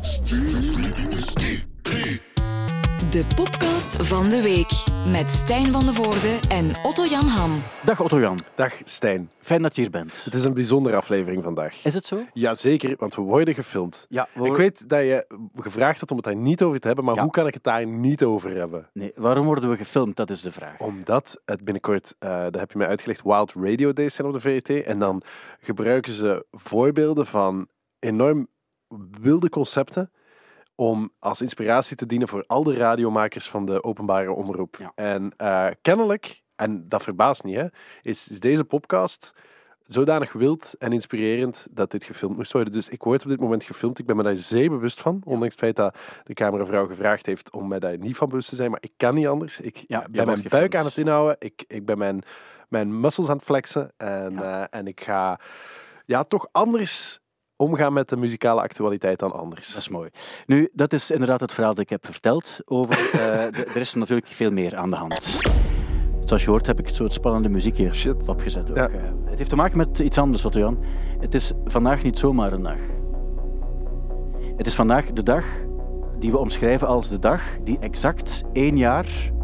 De podcast van de week met Stijn van de Voorde en Otto-Jan Ham. Dag Otto-Jan. Dag Stijn. Fijn dat je hier bent. Het is een bijzondere aflevering vandaag. Is het zo? Jazeker, want we worden gefilmd. Ja, Ik weet dat je gevraagd had om het daar niet over te hebben, maar hoe kan ik het daar niet over hebben? Nee, waarom worden we gefilmd? Dat is de vraag. Omdat het binnenkort, dat heb je mij uitgelegd, Wild Radio Days zijn op de VRT. En dan gebruiken ze voorbeelden van enorm wilde concepten om als inspiratie te dienen voor al de radiomakers van de openbare omroep. Ja. En kennelijk, en dat verbaast niet, hè, is deze podcast zodanig wild en inspirerend dat dit gefilmd moest worden. Dus ik word op dit moment gefilmd. Ik ben me daar zeer bewust van. Ondanks het feit dat de cameravrouw gevraagd heeft om mij daar niet van bewust te zijn. Maar ik kan niet anders. Ik ben mijn buik aan het inhouden. Ik ben mijn muscles aan het flexen. En ik ga toch anders omgaan met de muzikale actualiteit dan anders. Dat is mooi. Nu, dat is inderdaad het verhaal dat ik heb verteld over... er is natuurlijk veel meer aan de hand. Zoals je hoort heb ik zo'n spannende muziekje opgezet. Ook. Ja. Het heeft te maken met iets anders, Otto-Jan. Het is vandaag niet zomaar een dag. Het is vandaag de dag die we omschrijven als de dag die exact 1 jaar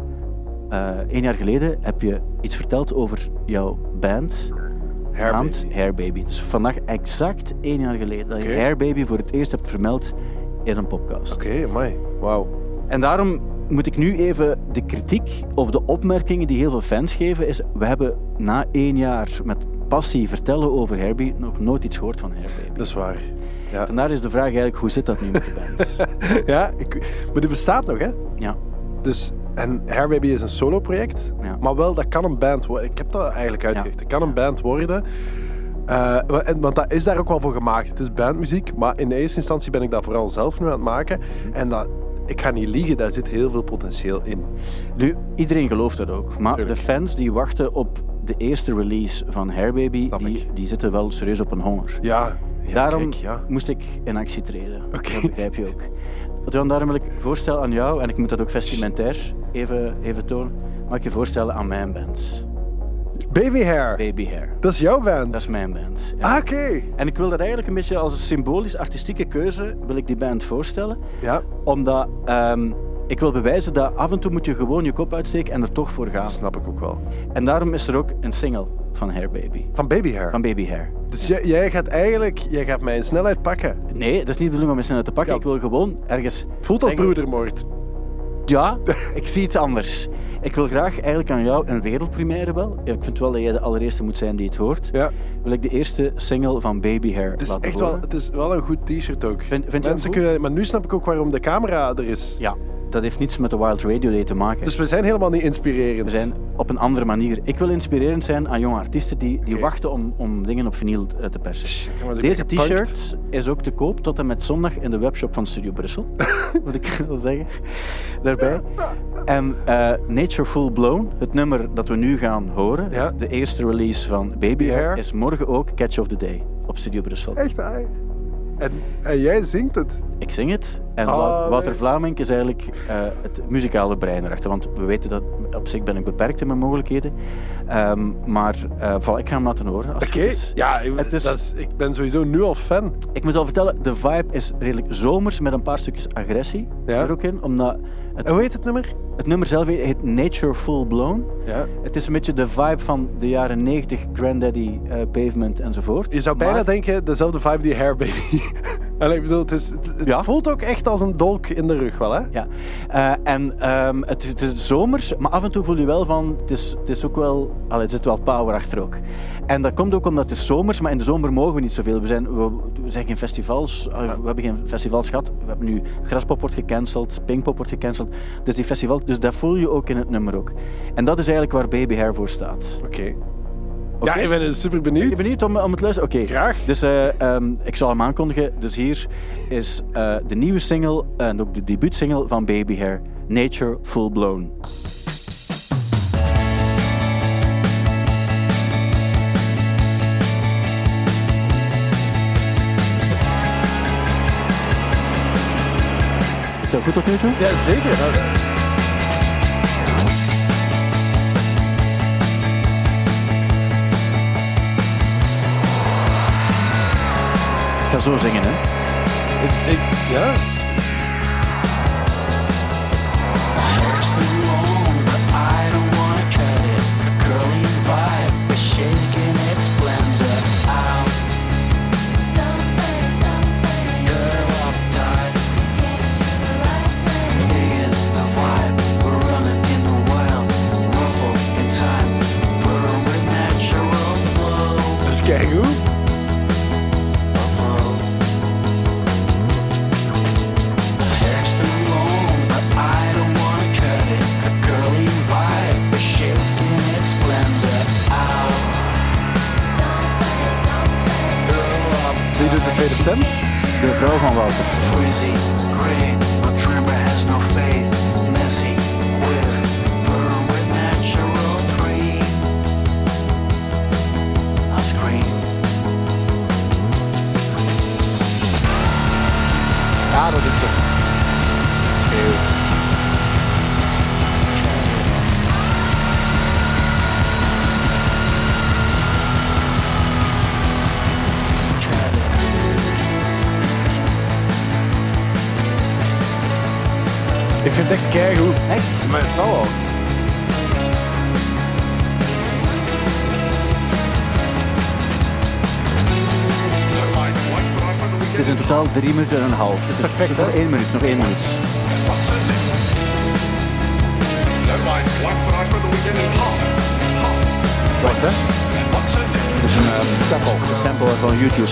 geleden heb je iets verteld over jouw band... genaamd Hair Baby. Het is vandaag exact 1 jaar geleden dat je Hair Baby voor het eerst hebt vermeld in een podcast. Oké, amai. Wauw. En daarom moet ik nu even de kritiek of de opmerkingen die heel veel fans geven, is we hebben na 1 jaar met passie vertellen over Hair Baby nog nooit iets gehoord van Hair Baby. Dat is waar. Ja. Vandaar is de vraag eigenlijk, hoe zit dat nu met de band? Maar die bestaat nog, hè? Ja. Dus, en Hair Baby is een solo-project, maar wel, dat kan een band worden. Ik heb dat eigenlijk uitgelegd. Het kan een band worden. Want dat is daar ook wel voor gemaakt. Het is bandmuziek, maar in de eerste instantie ben ik dat vooral zelf nu aan het maken. En ik ga niet liegen, daar zit heel veel potentieel in. Nu, iedereen gelooft dat ook. Maar Tuurlijk. de fans die wachten op de eerste release van Hair Baby, die zitten wel serieus op een honger. Ja, Daarom kijk, moest ik in actie treden. Oké. Dat begrijp je ook. Daarom wil ik voorstellen aan jou, en ik moet dat ook vestimentair even tonen, mag ik je voorstellen aan mijn band. Baby Hair. Baby Hair. Dat is jouw band? Dat is mijn band. Ja. Oké. En ik wil dat eigenlijk een beetje als een symbolisch artistieke keuze wil ik die band voorstellen. Ja. Omdat ik wil bewijzen dat af en toe moet je gewoon je kop uitsteken en er toch voor gaan. Dat snap ik ook wel. En daarom is er ook een single van Hair Baby. Van Baby Hair? Van Baby Hair. Dus jij gaat mij in snelheid pakken? Nee, dat is niet de bedoeling om mijn snelheid te pakken. Ja. Ik wil gewoon ergens... Voelt als broedermoord. Ja, ik zie het anders. Ik wil graag eigenlijk aan jou een wereldpremière wel. Ik vind wel dat jij de allereerste moet zijn die het hoort. Ja. Wil ik de eerste single van Baby Hair laten horen. Het is wel een goed t-shirt ook. Vind je Mensen dat goed? maar nu snap ik ook waarom de camera er is. Ja, dat heeft niets met de Wild Radio Day te maken. Dus we zijn helemaal niet inspirerend. We zijn op een andere manier. Ik wil inspirerend zijn aan jonge artiesten die wachten om dingen op vinyl te persen. Shit, maar Deze t-shirt is ook te koop tot en met zondag in de webshop van Studio Brussel. Moet ik wel zeggen. Daarbij. En Nature Full Blown, het nummer dat we nu gaan horen, de eerste release van Baby Hair, is morgen ook Catch of the Day op Studio Brussel. Echt waar? En jij zingt het? Ik zing het. En Wouter Vlamink is eigenlijk het muzikale brein erachter. Want we weten dat op zich ben ik beperkt in mijn mogelijkheden. Maar ik ga hem laten horen. Oké. Ja, ik ben sowieso nu al fan. Ik moet al vertellen, de vibe is redelijk zomers met een paar stukjes agressie er ook in. Omdat En hoe heet het nummer? Het nummer zelf heet Nature Full Blown. Ja. Het is een beetje de vibe van de jaren 90, Grandaddy, Pavement enzovoort. Je zou bijna denken, dezelfde vibe die Hair Baby. Ik bedoel, het voelt ook echt als een dolk in de rug wel, hè? Ja. Het is zomers, maar af en toe voel je wel van, het is ook wel, er zit wel power achter ook. En dat komt ook omdat het is zomers, maar in de zomer mogen we niet zoveel. We zijn geen festivals, we hebben geen festivals gehad. We hebben nu Graspop wordt gecanceld, Pinkpop wordt gecanceld. Dus die festivals, dus dat voel je ook in het nummer ook. En dat is eigenlijk waar Baby Hair voor staat. Oké. Ja, ik ben super benieuwd. Ben je benieuwd om het te luisteren? Oké. Graag. Dus ik zal hem aankondigen. Dus hier is de nieuwe single en ook de debuutsingle van Baby Hair, Nature Full Blown. Is dat goed tot nu toe? Ja, zeker. Ik ga zo zingen, hè. Ja. Kijk hoe. Zie je de tweede stem? De vrouw van Wouter. Ja, dat is dus. Schreeuw. Ik vind het echt keigoed. Echt? Maar het zal wel. Het is in totaal 3 minuten en een half. Dat is perfect, nog hè? 1 minuut, nog 1 minuut. Wat is dat? Het is een sample van YouTube.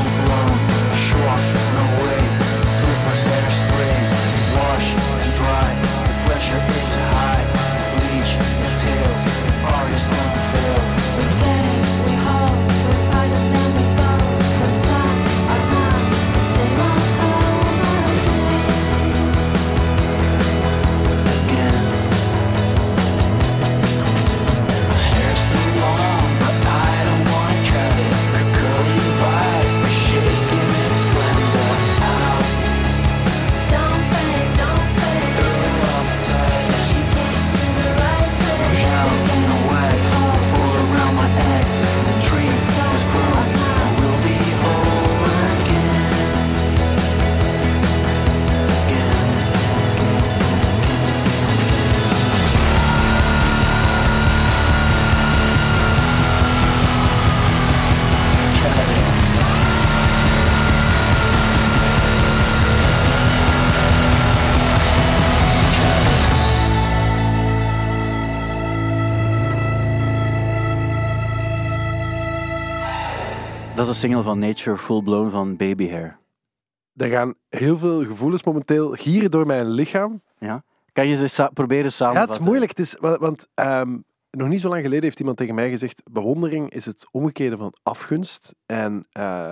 Dat is een single van Nature, Full Blown van Baby Hair. Er gaan heel veel gevoelens momenteel gieren door mijn lichaam. Ja? Kan je ze proberen samen? Ja, het is moeilijk. Het is, want nog niet zo lang geleden heeft iemand tegen mij gezegd: bewondering is het omgekeerde van afgunst. En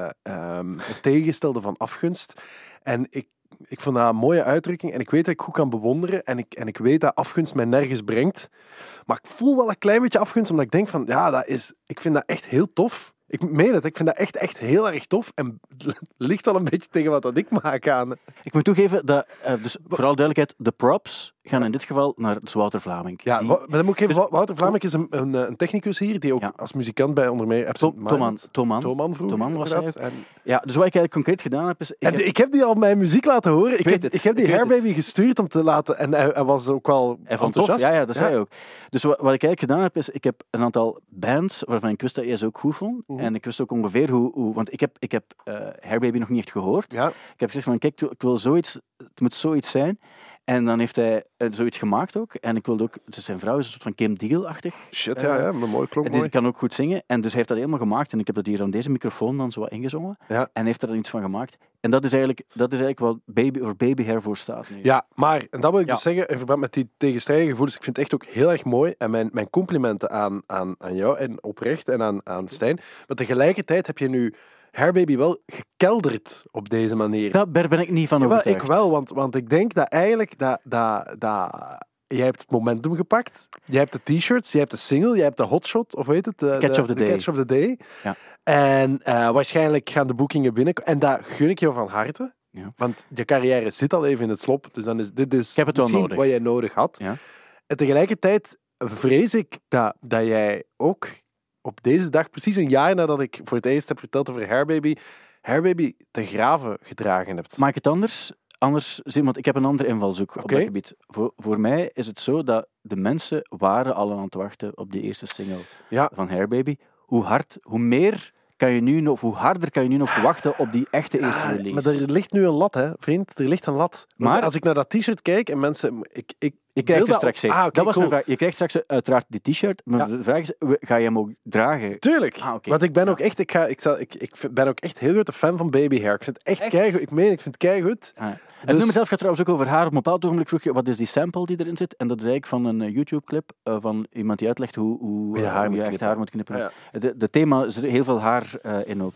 het tegengestelde van afgunst. En ik vond dat een mooie uitdrukking. En ik weet dat ik goed kan bewonderen. En ik weet dat afgunst mij nergens brengt. Maar ik voel wel een klein beetje afgunst, omdat ik denk van, ja, ik vind dat echt heel tof. Ik meen het, ik vind dat echt heel erg tof. En ligt wel een beetje tegen wat dat ik maak aan. Ik moet toegeven dat, dus vooral duidelijkheid, de props gaan in dit geval naar Wouter Vlaming. Ja, maar dan moet ik even, Wouter Vlaming is een technicus hier, die ook als muzikant bij onder meer Toman vroeger. was hij ook. Ja, dus wat ik eigenlijk concreet gedaan heb, is... Ik heb die al mijn muziek laten horen. Ik heb die Hairbaby gestuurd om te laten... En hij was ook wel enthousiast. Ja, dat zei hij ook. Dus wat ik eigenlijk gedaan heb, is ik heb een aantal bands waarvan ik wist dat jij ze ook goed vond. En ik wist ook ongeveer hoe want ik heb Hairbaby nog niet echt gehoord. Ja. Ik heb gezegd van, kijk, ik wil zoiets... Het moet zoiets zijn. En dan heeft hij zoiets gemaakt ook. En ik wilde ook... Dus zijn vrouw is een soort van Kim Deal-achtig. Shit, ja, maar mooi, klonk mooi. Die kan ook goed zingen. En dus hij heeft dat helemaal gemaakt. En ik heb dat hier aan deze microfoon dan zo wat ingezongen. Ja. En heeft er dan iets van gemaakt. En dat is eigenlijk wat Baby Hair voor staat nu. Ja, maar, en dat wil ik dus zeggen, in verband met die tegenstrijdige gevoelens, ik vind het echt ook heel erg mooi. En mijn complimenten aan jou en oprecht en aan Stijn. Maar tegelijkertijd heb je nu Hairbaby wel gekelderd op deze manier. Daar ben ik niet van overtuigd. Ik wel, want ik denk dat eigenlijk jij hebt het momentum gepakt. Jij hebt de t-shirts, jij hebt de single, jij hebt de hotshot, of weet het? De Catch of the Day. Ja. En waarschijnlijk gaan de boekingen binnenkomen. En dat gun ik jou van harte. Ja. Want je carrière zit al even in het slop. Dus dan is dit ik heb het wel nodig. Wat jij nodig had. Ja. En tegelijkertijd vrees ik dat jij ook op deze dag, precies een jaar nadat ik voor het eerst heb verteld over Hairbaby, Hair Baby ten graven gedragen hebt. Maak het anders zien, want ik heb een andere invalshoek op dat gebied. Voor mij is het zo dat de mensen waren al aan het wachten op die eerste single van Hair Baby. Hoe harder kan je nu nog wachten op die echte eerste release? Maar er ligt nu een lat, hè, vriend. Er ligt een lat. Maar als ik naar dat t-shirt kijk en mensen... Je krijgt er straks dat was cool. mijn vraag. Je krijgt straks uiteraard die t-shirt, maar de vraag is, ga je hem ook dragen? Tuurlijk. Want ik ben ook echt... Ik ben ook echt heel grote fan van Baby Hair. Ik vind het echt keigoed. Ik vind het keigoed. Het nummer zelf gaat trouwens ook over haar. Op een bepaald ogenblik vroeg je, wat is die sample die erin zit? En dat is eigenlijk van een YouTube-clip van iemand die uitlegt hoe je echt haar moet knippen. Ja. De thema is er heel veel haar in ook.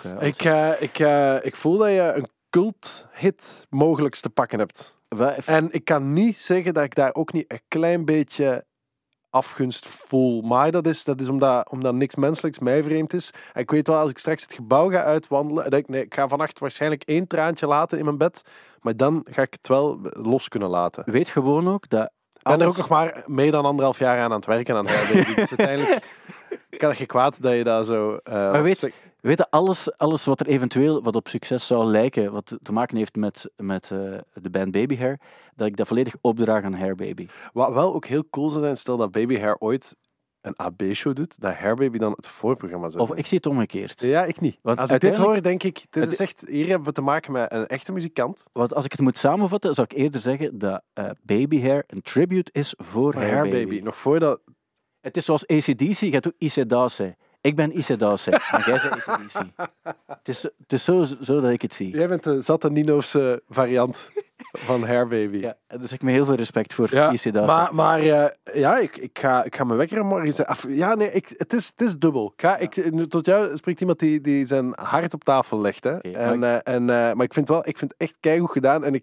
Ik voel dat je een cult-hit mogelijks te pakken hebt. En ik kan niet zeggen dat ik daar ook niet een klein beetje afgunst voel. Maar dat is omdat niks menselijks mij vreemd is. En ik weet wel, als ik straks het gebouw ga uitwandelen, ik ga vannacht waarschijnlijk 1 traantje laten in mijn bed, maar dan ga ik het wel los kunnen laten. Weet gewoon ook dat... Ik ben er ook nog maar meer dan 1,5 jaar aan het werken aan Hair Baby. Dus uiteindelijk kan het geen kwaad dat je daar zo... maar weet dat alles wat er eventueel wat op succes zou lijken, wat te maken heeft met de band Baby Hair, dat ik dat volledig opdraag aan Hair Baby. Wat wel ook heel cool zou zijn, stel dat Baby Hair ooit een AB-show doet, dat Hair Baby dan het voorprogramma zou doen. Of ik zie het omgekeerd. Ja, ik niet. Want als ik dit hoor, denk ik, hier hebben we te maken met een echte muzikant. Want als ik het moet samenvatten, zou ik eerder zeggen dat Baby Hair een tribute is voor Hair Baby. Nog voordat... Het is zoals AC/DC, je hebt ook Isedase. Ik ben Isedase, en jij bent AC/DC. Het is zo dat ik het zie. Jij bent de zatte Nino'se variant van Hair Baby. Ja, dus ik heb heel veel respect voor Isedase. Maar ik ga mijn wekker morgen zetten. Ja, nee, het is dubbel. Tot jou spreekt iemand die zijn hart op tafel legt. Hè. Okay, maar ik vind het echt keigoed gedaan. En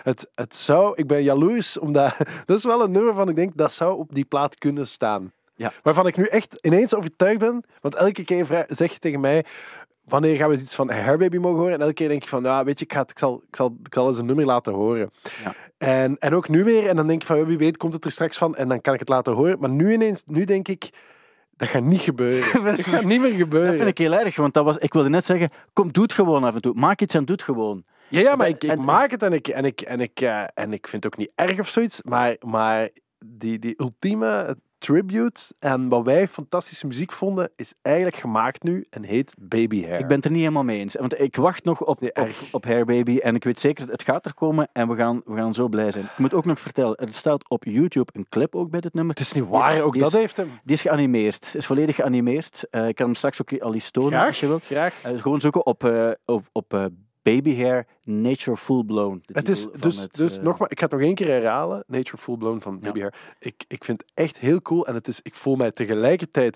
ik ben jaloers, omdat dat is wel een nummer van ik denk, dat zou op die plaat kunnen staan. Ja. Waarvan ik nu echt ineens overtuigd ben. Want elke keer zeg je tegen mij, wanneer gaan we iets van Hair Baby mogen horen? En elke keer denk ik van, ja, weet je, ik zal eens een nummer laten horen. Ja. En ook nu weer. En dan denk ik van, wie weet komt het er straks van. En dan kan ik het laten horen. Maar nu denk ik, dat gaat niet gebeuren. Dat gaat niet meer gebeuren. Dat vind ik heel erg. Want ik wilde net zeggen, kom, doe het gewoon af en toe. Maak iets en doe het gewoon. Ja, maar ik maak het en ik vind het ook niet erg of zoiets. Maar die ultieme... tribute en wat wij fantastische muziek vonden, is eigenlijk gemaakt nu en heet Baby Hair. Ik ben het er niet helemaal mee eens. Want ik wacht nog op Hair Baby en ik weet zeker, het gaat er komen en we gaan zo blij zijn. Ik moet ook nog vertellen, er staat op YouTube een clip ook bij dit nummer. Het is niet waar, ook dat heeft hem. Die is geanimeerd. Het is volledig geanimeerd. Ik kan hem straks ook al eens tonen als je wilt. Graag. Gewoon zoeken op Baby Hair Nature Full Blown. Het is dus nogmaals, ik ga het nog 1 keer herhalen. Nature Full Blown van Baby Hair. Ik vind het echt heel cool en ik voel mij tegelijkertijd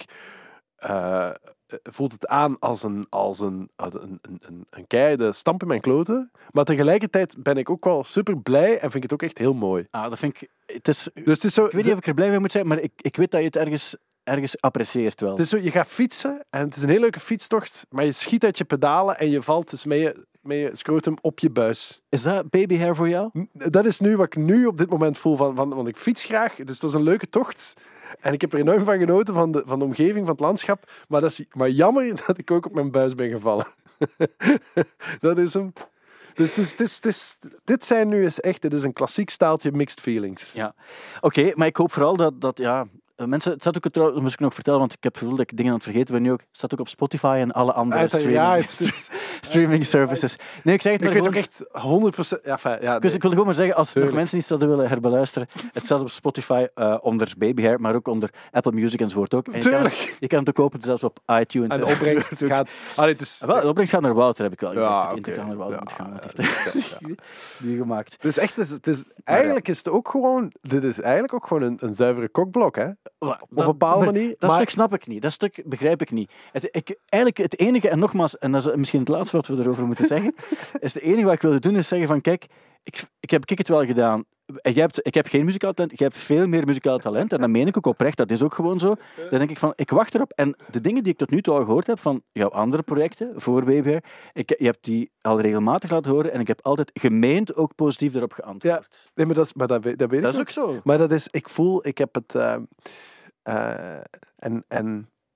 voelt het aan als een keiharde stamp in mijn kloten. Maar tegelijkertijd ben ik ook wel super blij en vind ik het ook echt heel mooi. Dat vind ik... Het is zo, ik weet niet of ik er blij mee moet zijn, maar ik weet dat je het ergens apprecieert wel. Het is zo, je gaat fietsen en het is een heel leuke fietstocht, maar je schiet uit je pedalen en je valt dus met je scrotum op je buis. Is dat Baby Hair voor jou? Dat is nu wat ik nu op dit moment voel, want ik fiets graag, dus het was een leuke tocht. En ik heb er enorm van genoten van de omgeving, van het landschap. Maar jammer dat ik ook op mijn buis ben gevallen. Dat is hem. Dus dit zijn nu eens echt, dit is een klassiek staaltje mixed feelings. Ja, oké, maar ik hoop vooral dat mensen, het staat ook trouwens, moest ik nog vertellen, want ik heb het gevoel dat ik dingen aan het vergeten ben nu ook. Het staat ook op Spotify en alle andere streaming services. Nee, ik zeg het maar weet ook echt 100%. Dus ik wilde gewoon maar zeggen, als nog mensen iets zouden willen herbeluisteren, het staat op Spotify onder Baby Hair, maar ook onder Apple Music enzovoort ook. En je kan het ook kopen, zelfs op iTunes. En de opbrengst gaat... de opbrengst gaat naar Wouter, heb ik wel gezegd. Het integraal naar Wouter moet gaan, want heeft die gemaakt. Dus echt, eigenlijk is het ook gewoon... Dit is eigenlijk ook gewoon een zuivere kokblok, hè? Op een bepaalde manier. Dat stuk snap ik niet. Dat stuk begrijp ik niet. Eigenlijk het enige, en nogmaals, en dat is misschien het laatste wat we erover moeten zeggen, is het enige wat ik wilde doen, is zeggen van, kijk, ik heb het wel gedaan. Ik heb geen muzikaal talent, jij hebt veel meer muzikaal talent, en dat meen ik ook oprecht, dat is ook gewoon zo. Dan denk ik van, ik wacht erop, en de dingen die ik tot nu toe al gehoord heb van jouw andere projecten, voor Baby Hair, je hebt die al regelmatig laten horen, en ik heb altijd gemeend ook positief erop geantwoord. Ja, nee, maar dat weet ik. Dat is ook zo. Maar dat is, ik heb het...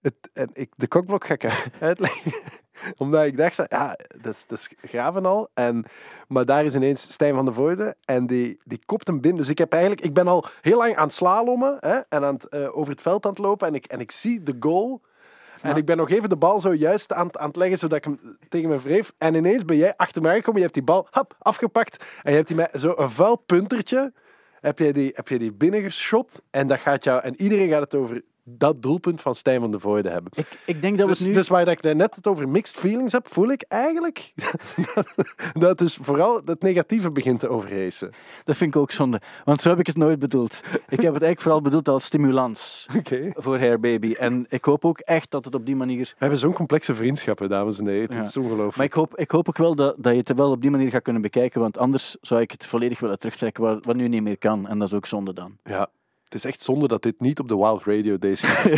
De kokblok ga ik uitleggen. Omdat ik dacht, ja, dat is graaf en al. Maar daar is ineens Stijn van de Voorde en die kopt hem binnen. Dus ik ben al heel lang aan het slalommen en over het veld aan het lopen en ik zie de goal. Ja. En ik ben nog even de bal zo juist aan het leggen, zodat ik hem tegen me wreef. En ineens ben jij achter mij gekomen, je hebt die bal afgepakt en je hebt die met zo'n vuil puntertje, heb je die binnengeschot en dat gaat jou, en iedereen gaat het over dat doelpunt van Stijn van de Voorde hebben. Ik denk dat we nu... Dus waar ik net het over mixed feelings heb, voel ik eigenlijk dat dus vooral het negatieve begint te overheersen. Dat vind ik ook zonde, want zo heb ik het nooit bedoeld. Ik heb het eigenlijk vooral bedoeld als stimulans voor Hair Baby. En ik hoop ook echt dat het op die manier... We hebben zo'n complexe vriendschappen, dames en heren. Het is ongelooflijk. Maar ik hoop ook wel dat je het wel op die manier gaat kunnen bekijken, want anders zou ik het volledig willen terugtrekken, wat nu niet meer kan. En dat is ook zonde dan. Ja. Het is echt zonde dat dit niet op de Wild Radio Days gaat.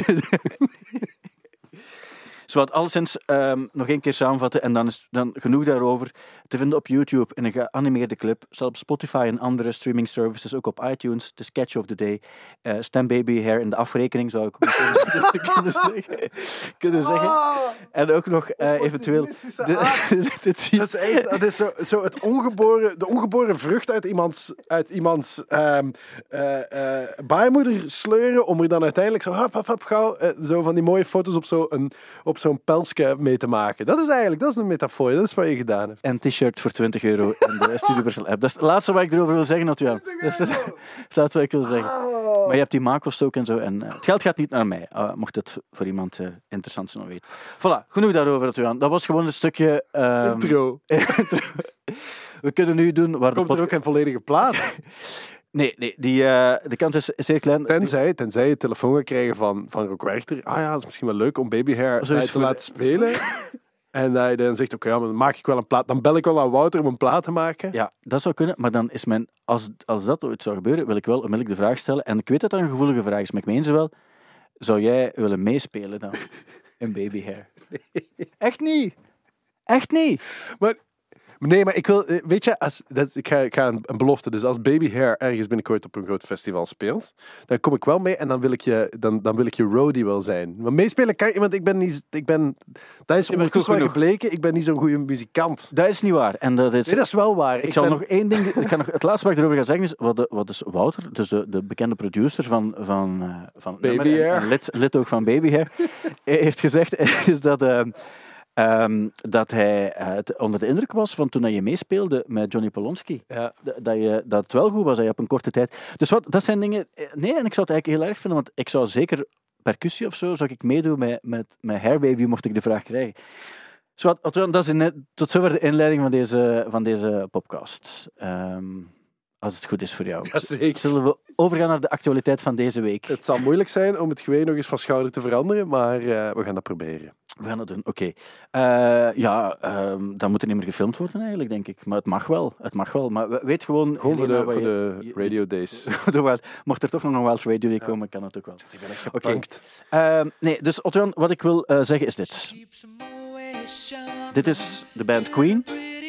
Zowat alleszins nog één keer samenvatten en dan is dan genoeg daarover te vinden op YouTube in een geanimeerde clip. Staat op Spotify en andere streaming services, ook op iTunes. Het is Catch of the Day. Stem Baby Hair in de afrekening, zou ik ook kunnen zeggen. En ook nog eventueel... Dat is zo de ongeboren vrucht uit iemands baarmoeder sleuren, om er dan uiteindelijk zo gauw zo van die mooie foto's op zo'n pelsje mee te maken. Dat is een metafoor. Dat is wat je gedaan hebt. En t-shirt voor €20 in de Studio Brussel app. Dat is het laatste wat ik erover wil zeggen, Adriaan. Dat is het laatste wat ik wil zeggen. Maar je hebt die maakkost ook en zo. En het geld gaat niet naar mij. Mocht het voor iemand interessant zijn om te weten. Voilà, genoeg daarover, Adriaan. Dat was gewoon een stukje... Intro. We kunnen nu doen... Komt er ook een volledige plaat? Nee, de kans is zeer klein. Tenzij je telefoon gaat krijgen van Rock Werchter. Ah ja, dat is misschien wel leuk om Baby Hair te laten spelen. En dat je dan zegt, oké, maar dan maak ik wel een plaat. Dan bel ik wel aan Wouter om een plaat te maken. Ja, dat zou kunnen. Maar dan is als dat ooit zou gebeuren, wil ik wel onmiddellijk de vraag stellen. En ik weet dat dat een gevoelige vraag is, maar ik meen ze wel. Zou jij willen meespelen dan in Baby Hair? Echt niet. Echt niet. Nee, maar ik wil... Weet je, ik ga een belofte. Dus als Baby Hair ergens binnenkort op een groot festival speelt, dan kom ik wel mee en dan wil ik je roadie wel zijn. Maar meespelen kan je, want dat is ondertussen wel gebleken, ik ben niet zo'n goede muzikant. Dat is niet waar. En dat is wel waar. Nog één ding... Het laatste wat ik erover ga zeggen is, wat is Wouter, dus de bekende producer van Baby Hair, en lid ook van Baby Hair, heeft gezegd, is dat hij onder de indruk was van toen je meespeelde met Johnny Polonsky. Ja. Dat het wel goed was, op een korte tijd. Dus dat zijn dingen... Nee, en ik zou het eigenlijk heel erg vinden, want ik zou zeker percussie of zo, zou ik meedoen met Hair Baby, mocht ik de vraag krijgen. Dat is tot zover de inleiding van deze podcast. Als het goed is voor jou. Ja, zeker. Zullen we overgaan naar de actualiteit van deze week? Het zal moeilijk zijn om het geween nog eens van schouder te veranderen, maar we gaan dat proberen. We gaan dat doen, oké. Dan moet er niet meer gefilmd worden eigenlijk, denk ik. Maar het mag wel. Maar weet gewoon voor de Radio Days. Mocht er toch nog een Wild Radio Day komen, kan het ook wel. Ik ben echt gepunkt. Nee, dus Otto, wat ik wil zeggen is dit. Dit is de band Queen.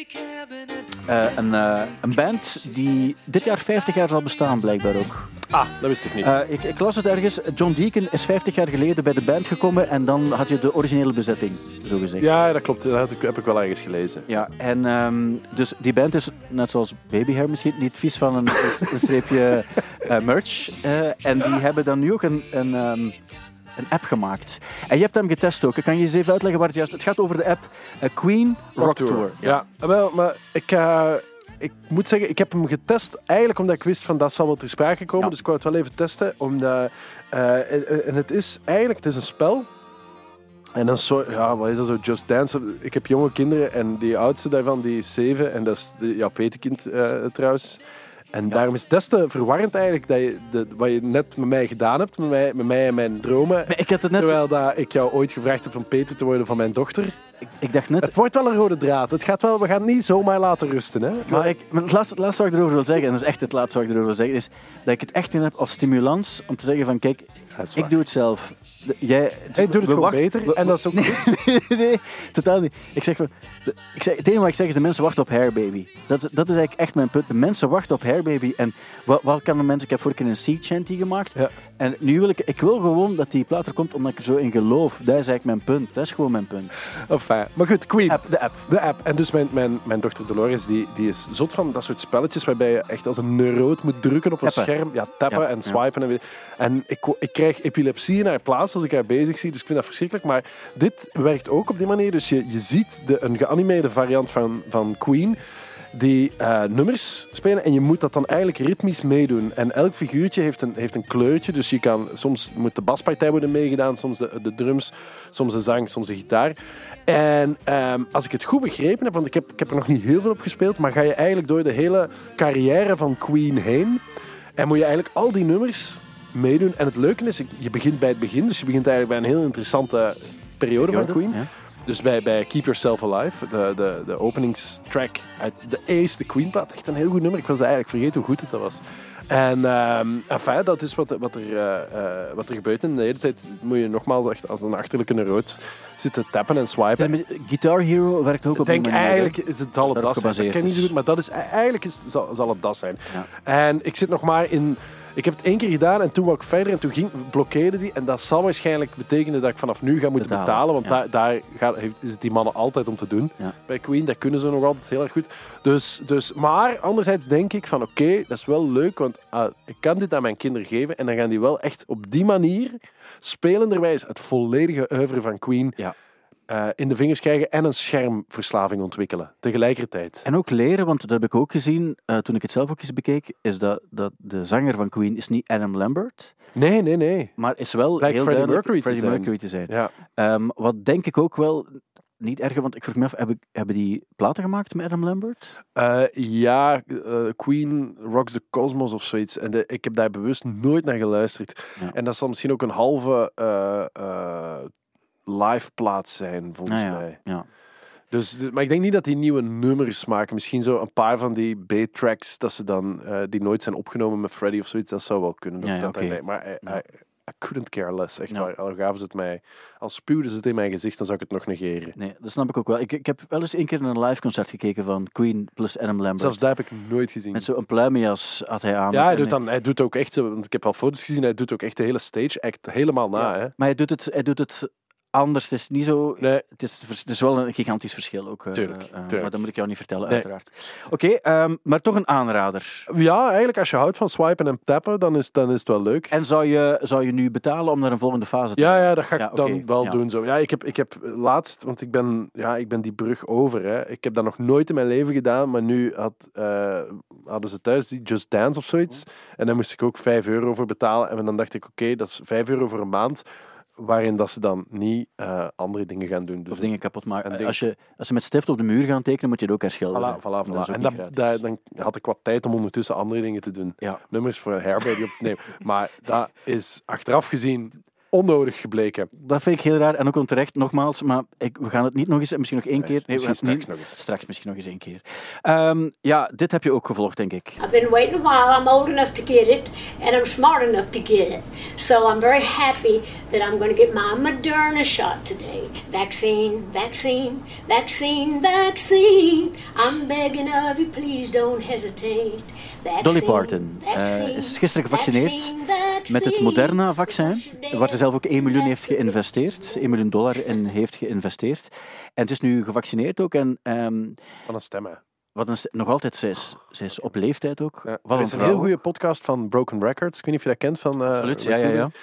Een band die dit jaar 50 jaar zal bestaan, blijkbaar ook. Ah, dat wist ik niet. Ik las het ergens. John Deacon is 50 jaar geleden bij de band gekomen en dan had je de originele bezetting, zo gezegd. Ja, dat klopt. Dat heb ik wel ergens gelezen. Ja, en dus die band is, net zoals Baby Hair misschien, niet vies van een streepje merch. En die hebben dan nu ook een app gemaakt. En je hebt hem getest ook. Kan je eens even uitleggen waar het juist... Het gaat over de app Queen Rock Tour. Ja, wel, maar ik moet zeggen, ik heb hem getest eigenlijk omdat ik wist van dat zal wel ter sprake komen. Ja. Dus ik wou het wel even testen. Omdat, en het is een spel. En dan wat is dat zo? Just Dance. Ik heb jonge kinderen en die oudste daarvan, die is 7. En dat is jouw petekind trouwens. En daarom is het des te verwarrend eigenlijk dat wat je net met mij gedaan hebt, met mij en mijn dromen. Maar ik had het net... Terwijl dat ik jou ooit gevraagd heb om Peter te worden van mijn dochter. Ik dacht net... Het wordt wel een rode draad. We gaan het niet zomaar laten rusten. Hè? Maar het laatste wat ik erover wil zeggen, en dat is echt het laatste wat ik erover wil zeggen, is dat ik het echt in heb als stimulans om te zeggen van kijk, Dat is Ik waar. doe het zelf. Hij doet het gewoon beter en dat is ook goed. Nee, totaal niet. Het enige wat ik zeg is, de mensen wachten op Hair Baby. Dat is eigenlijk echt mijn punt. De mensen wachten op Hair Baby. En wat kan de mensen... Ik heb vorige keer een sea chanty gemaakt. Ja. En nu wil ik wil gewoon dat die plaat er komt, omdat ik er zo in geloof. Dat is eigenlijk mijn punt. Dat is gewoon mijn punt. Enfin, maar goed, Queen. De app. En dus mijn dochter Dolores, die is zot van dat soort spelletjes waarbij je echt als een neuroot moet drukken op een Tappen. scherm. Ja, tappen Ja, en swipen. En ik krijg epilepsie in haar plaats als ik haar bezig zie, dus ik vind dat verschrikkelijk. Maar dit werkt ook op die manier. Dus je ziet een geanimeerde variant van Queen die nummers spelen en je moet dat dan eigenlijk ritmisch meedoen. En elk figuurtje heeft een kleurtje, dus je kan, soms moet de baspartij worden meegedaan, soms de drums, soms de zang, soms de gitaar. En als ik het goed begrepen heb, want ik heb er nog niet heel veel op gespeeld, maar ga je eigenlijk door de hele carrière van Queen heen en moet je eigenlijk al die nummers meedoen. En het leuke is, je begint bij het begin, dus je begint eigenlijk bij een heel interessante periode van Queen. Ja. Dus bij Keep Yourself Alive, de openingstrack uit de eerste Queen-plaat, echt een heel goed nummer. Ik was eigenlijk vergeten hoe goed het was. En enfin, dat is wat er gebeurt. En de hele tijd moet je nogmaals echt als een achterlijke neuroot zitten tappen en swipen. Guitar Hero werkt ook op Ik denk die manier. eigenlijk is het zal het dat zijn. Dat ken ik niet zo goed, maar dat is eigenlijk zal het dat zijn. Ja. En ik zit nog maar in... Ik heb het 1 keer gedaan en toen wou ik verder en toen blokkeerde die. En dat zal waarschijnlijk betekenen dat ik vanaf nu ga moeten betalen. Want daar is het die mannen altijd om te doen. Ja. Bij Queen, dat kunnen ze nog altijd heel erg goed. Dus, maar anderzijds denk ik van oké, dat is wel leuk. Want ik kan dit aan mijn kinderen geven. En dan gaan die wel echt op die manier, spelenderwijs, het volledige oeuvre van Queen... Ja. In de vingers krijgen en een schermverslaving ontwikkelen. Tegelijkertijd. En ook leren, want dat heb ik ook gezien toen ik het zelf ook eens bekeek, is dat de zanger van Queen is niet Adam Lambert, Nee. maar is wel Lijkt heel Freddie duidelijk Mercury Freddie te zijn. Mercury te zijn. Ja. Wat denk ik ook wel niet erger, want ik vroeg me af, hebben die platen gemaakt met Adam Lambert? Queen Rocks the Cosmos of zoiets. En ik heb daar bewust nooit naar geluisterd. Ja. En dat zal misschien ook een halve live plaat zijn, volgens mij. Ja. Dus, maar ik denk niet dat die nieuwe nummers maken. Misschien zo een paar van die B-tracks dat ze dan, die nooit zijn opgenomen met Freddie of zoiets. Dat zou wel kunnen. Maar I couldn't care less. Echt waar. Al gaven ze het mij, al spuwden ze het in mijn gezicht, dan zou ik het nog negeren. Nee, dat snap ik ook wel. Ik heb wel eens 1 keer een live concert gekeken van Queen plus Adam Lambert. Zelfs daar heb ik nooit gezien. Met zo'n pluimenjas had hij aan. Ja, hij doet ook echt zo, want ik heb al foto's gezien, hij doet ook echt de hele stage act helemaal na. Ja. Hè? Maar hij doet het anders. Het is niet zo... Nee. Het is wel een gigantisch verschil ook. Tuurlijk. Maar dat moet ik jou niet vertellen, Nee. uiteraard. Oké, maar toch een aanrader. Ja, eigenlijk als je houdt van swipen en tappen, dan is het wel leuk. En zou je nu betalen om naar een volgende fase te gaan? Ja, dat ga ik oké. dan wel doen. Zo. Ja, ik heb laatst, want ik ben die brug over. Hè. Ik heb dat nog nooit in mijn leven gedaan, maar nu hadden ze thuis die Just Dance of zoiets. En daar moest ik ook €5 voor betalen. En dan dacht ik, oké, dat is €5 voor een maand, waarin dat ze dan niet andere dingen gaan doen. Dus Of dingen kapot maken. dingen- Als je met stift op de muur gaat tekenen, moet je het ook herschilderen. Voilà. Dat is ook En niet gratis. dan had ik wat tijd om ondertussen andere dingen te doen. Ja. Nummers voor Hair Baby op te nemen. Maar dat is achteraf gezien onnodig gebleken. Dat vind ik heel raar en ook onterecht, nogmaals. Maar we gaan het niet nog eens, misschien nog 1 keer. Nee, misschien we gaan het straks nog eens. Straks misschien nog eens 1 keer. Dit heb je ook gevolgd, denk ik. I've been waiting a while. I'm old enough to get it, and I'm smart enough to get it. So I'm very happy that I'm going to get my Moderna shot today. Vaccine, vaccine, vaccine, vaccine. I'm begging of you, please don't hesitate. Vaccine, Dolly Parton is gisteren gevaccineerd met het Moderna-vaccin, waar ze zelf ook $1 miljoen heeft geïnvesteerd. $1 miljoen in heeft geïnvesteerd. En ze is nu gevaccineerd ook. En Van een stem, hè. nog altijd, ze is op leeftijd ook. Ja. Wat Er is een vrouw. heel goede podcast van Broken Records. Ik weet niet of je dat kent. Van, Absoluut, Rick ja. Rubin.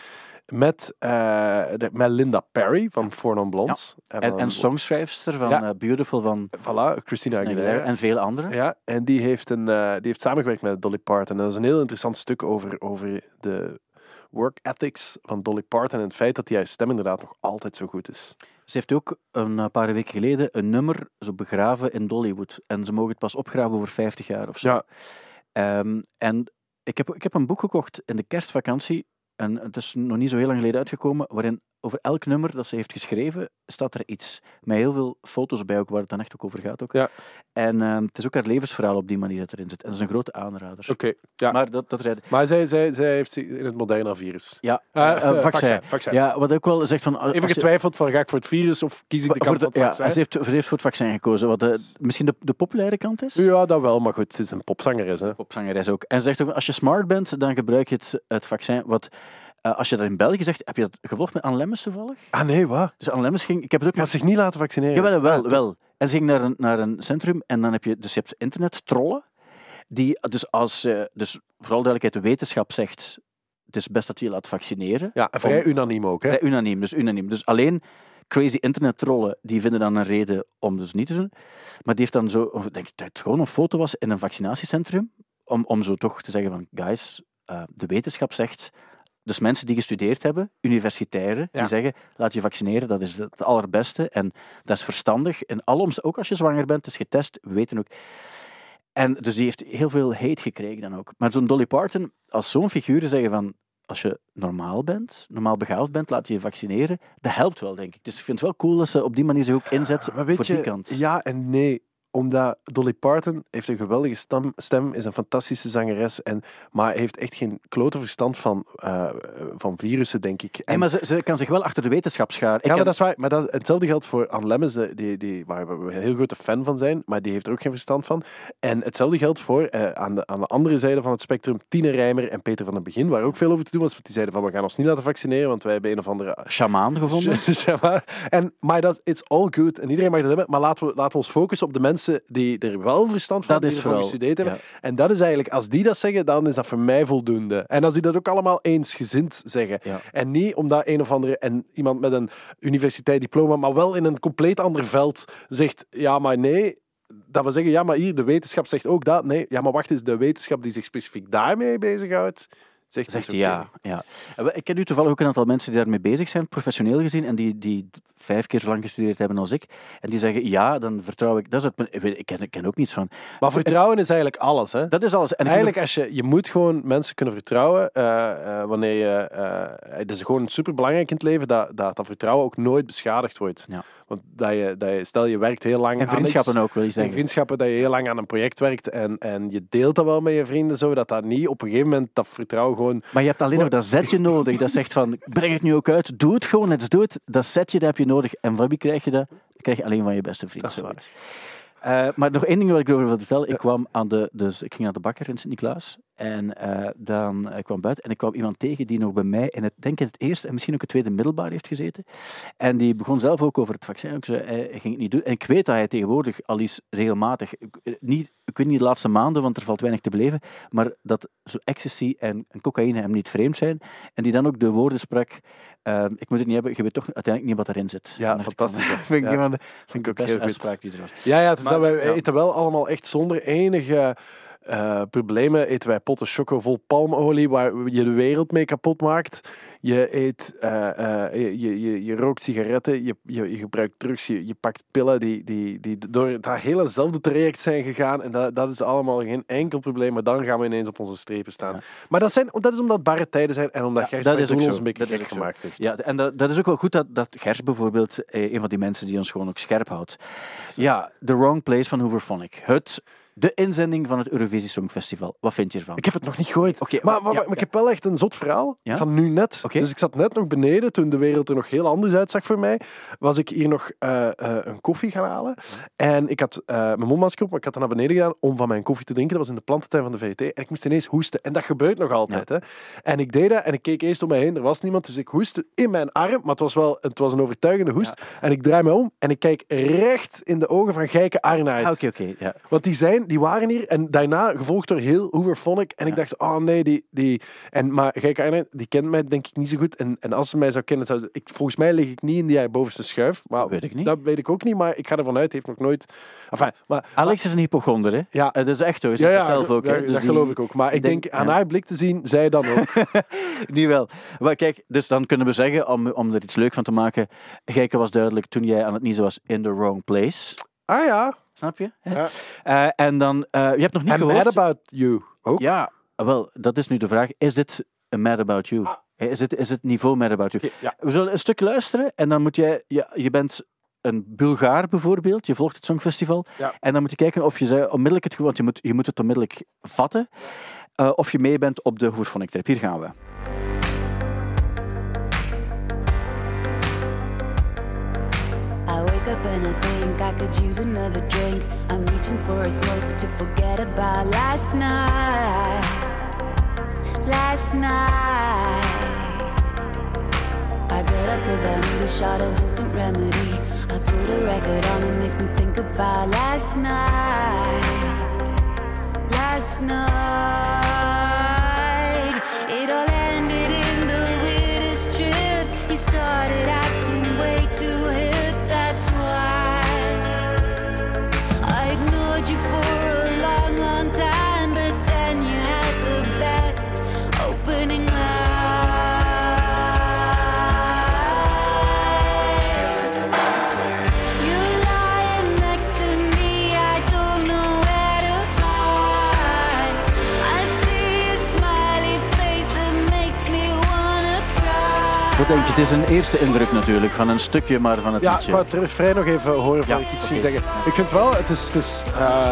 Met Linda Perry van Four Non Blondes. En songschrijfster van Beautiful van Voilà, Christina Aguilera. en veel anderen. Ja, en die heeft samengewerkt met Dolly Parton. En dat is een heel interessant stuk over de work ethics van Dolly Parton en het feit dat die haar stem inderdaad nog altijd zo goed is. Ze heeft ook een paar weken geleden een nummer zo begraven in Dollywood. En ze mogen het pas opgraven over 50 jaar of zo. Ja. En ik heb een boek gekocht in de kerstvakantie. En het is nog niet zo heel lang geleden uitgekomen, waarin over elk nummer dat ze heeft geschreven, staat er iets. Met heel veel foto's bij ook, waar het dan echt ook over gaat. Ook. Ja. En het is ook haar levensverhaal op die manier dat erin zit. En dat is een grote aanrader. Oké, ja. Maar Maar zij heeft zich in het Moderna-virus. Ja, Vaccin. Ja, wat ook wel zegt van... Even getwijfeld van, ga ik voor het virus of kies ik de kant van het vaccin? Ja, ze heeft voor het vaccin gekozen. Wat misschien de populaire kant is. Ja, dat wel, maar goed, het is een popzangeres. Hè? Popzangeres ook. En ze zegt ook, als je smart bent, dan gebruik je het vaccin. Als je dat in België zegt, heb je dat gevolgd met Anne Lemmens toevallig? Ah nee, wat? Dus Anne Lemmens ging... Ik heb het ook Gaat zich niet laten vaccineren? Wel. En ze ging naar een centrum en dan heb je... Dus je hebt internet-trollen, die dus dus vooral duidelijkheid, de wetenschap zegt, het is best dat je je laat vaccineren. Ja, vrij unaniem ook, hè? Vrij unaniem. Dus alleen crazy internet-trollen, die vinden dan een reden om dus niet te doen. Maar die heeft dan zo... Of denk ik dat het gewoon een foto was in een vaccinatiecentrum, om zo toch te zeggen van, guys, de wetenschap zegt... Dus mensen die gestudeerd hebben, universitairen, die zeggen, laat je vaccineren, dat is het allerbeste. En dat is verstandig. En ook als je zwanger bent, is getest, we weten ook. En dus die heeft heel veel hate gekregen dan ook. Maar zo'n Dolly Parton, als zo'n figuur zeggen van, als je normaal begaafd bent, laat je vaccineren, dat helpt wel, denk ik. Dus ik vind het wel cool dat ze op die manier zich ook inzet voor die kant. Ja en nee. Omdat Dolly Parton heeft een geweldige stem, is een fantastische zangeres, maar heeft echt geen klote verstand van virussen, denk ik. En maar ze kan zich wel achter de wetenschap scharen. Maar dat is waar. Maar hetzelfde geldt voor Anne Lemmens, waar we een heel grote fan van zijn, maar die heeft er ook geen verstand van. En hetzelfde geldt voor, aan de andere zijde van het spectrum, Tine Rijmer en Peter van den Begin, waar ook veel over te doen was, want die zeiden van, we gaan ons niet laten vaccineren, want wij hebben een of andere... Shamaan gevonden. Maar dat, it's all good. En iedereen mag dat hebben, maar laten we ons focussen op de mensen die er wel verstand van, die ervan gestudeerd hebben. Ja. En dat is eigenlijk, als die dat zeggen, dan is dat voor mij voldoende. En als die dat ook allemaal eensgezind zeggen. Ja. En niet omdat een of andere, en iemand met een universiteit diploma, maar wel in een compleet ander veld zegt, ja, maar nee, dat we zeggen, ja, maar hier, de wetenschap zegt ook dat. Nee, ja, maar wacht eens, de wetenschap die zich specifiek daarmee bezighoudt, zegt hij ja. Ik ken nu toevallig ook een aantal mensen die daarmee bezig zijn, professioneel gezien, en die 5 keer zo lang gestudeerd hebben als ik. En die zeggen, ja, dan vertrouw ik... Dat is ik ken ook niets van. Maar vertrouwen is eigenlijk alles, hè? Dat is alles. En eigenlijk, als je moet gewoon mensen kunnen vertrouwen, wanneer je... het is gewoon superbelangrijk in het leven dat vertrouwen ook nooit beschadigd wordt. Ja. Want stel, je werkt heel lang en vriendschappen ook, wil je zeggen. En vriendschappen, dat je heel lang aan een project werkt en je deelt dat wel met je vrienden, zo, dat niet op een gegeven moment dat vertrouwen gewoon... Maar je hebt alleen nog dat zetje nodig, dat zegt van, breng het nu ook uit, doe het gewoon, let's do it. Dat zetje, dat heb je nodig. En van wie krijg je dat? Dat krijg je alleen van je beste vriend. Dat is maar nog één ding wat ik erover wil vertellen. Ik ging naar de bakker in Sint-Niklaas. En dan kwam buiten en ik kwam iemand tegen die nog bij mij in het eerste en misschien ook het tweede middelbaar heeft gezeten. En die begon zelf ook over het vaccin. Hij ging het niet doen. En ik weet dat hij tegenwoordig al eens regelmatig, ik weet niet de laatste maanden, want er valt weinig te beleven, maar dat zo ecstasy en cocaïne hem niet vreemd zijn. En die dan ook de woorden sprak, ik moet het niet hebben, je weet toch uiteindelijk niet wat erin zit. Ja, fantastisch. Vind ik ook best uitspraak die er was. Ja, het is dat wij eten wel allemaal echt zonder enige... problemen eten wij potten choco vol palmolie waar je de wereld mee kapot maakt. Je eet, je rookt sigaretten, je gebruikt drugs, je pakt pillen die door dat helezelfde traject zijn gegaan en dat is allemaal geen enkel probleem, maar dan gaan we ineens op onze strepen staan. Ja. Maar dat is omdat barre tijden zijn en omdat Gers ons een beetje gek gemaakt heeft. Ja, en dat is ook wel goed dat Gers bijvoorbeeld, een van die mensen die ons gewoon ook scherp houdt. Ja, The Wrong Place van Hooverphonic. De inzending van het Eurovisie Songfestival. Wat vind je ervan? Ik heb het nog niet gehoord. Okay, maar ik heb wel echt een zot verhaal van nu net. Okay. Dus ik zat net nog beneden, toen de wereld er nog heel anders uitzag voor mij, was ik hier nog een koffie gaan halen. En ik had mijn mondmasker op, maar ik had er naar beneden gedaan om van mijn koffie te drinken. Dat was in de plantentuin van de VRT. En ik moest ineens hoesten. En dat gebeurt nog altijd. Ja. Hè. En ik deed dat en ik keek eerst om mij heen. Er was niemand, dus ik hoestte in mijn arm. Maar het was een overtuigende hoest. Ja. En ik draai me om en ik kijk recht in de ogen van Gijke Arnaerts. Ja. Want die waren hier en daarna gevolgd door heel Hooverphonic. En ik dacht, oh nee, maar Gijke Arnaerts, die kent mij denk ik niet zo goed. En als ze mij zou kennen, volgens mij lig ik niet in die bovenste schuif. Maar weet ik niet. Dat weet ik ook niet, maar ik ga ervan uit, heeft nog nooit... Alex is een hypochonder, hè? Ja. Dat is echt zo. Zelf ook, hè? Dus dat geloof ik ook. Maar ik denk aan haar blik te zien, zij dan ook. Niet wel. Maar kijk, dus dan kunnen we zeggen, om er iets leuk van te maken, Gijke was duidelijk toen jij aan het niezen was in the wrong place. Ah ja. Snap je? Ja. En dan, je hebt nog niet gehoord... I'm mad about you ook. Ja, wel, dat is nu de vraag. Is dit a mad about you? Is het niveau Mad About You? Ja. We zullen een stuk luisteren en dan moet jij... Je bent een Bulgaar bijvoorbeeld, je volgt het Songfestival. Ja. En dan moet je kijken of je onmiddellijk het... Want je moet het onmiddellijk vatten. Of je mee bent op de Hoeverphonic Trip. Hier gaan we. I wake up and I think I could use another drink. I'm reaching for a smoke to forget about last night. Last night I get up cause I need a shot of instant remedy. I put a record on, it makes me think about last night. Last night it all ended in the weirdest trip. You started acting way too hip, that's why I ignored you for a long, long time. But then you had the best opening line. You're lying next to me, I don't know where to hide. I see a smiley face that makes me wanna cry. Wat denk je? Het is een eerste indruk natuurlijk van een stukje maar van het Ja, liedje. ik wou het refrein nog even horen voor Ja, ik iets oké. ging zeggen. Ik vind wel, het is Ik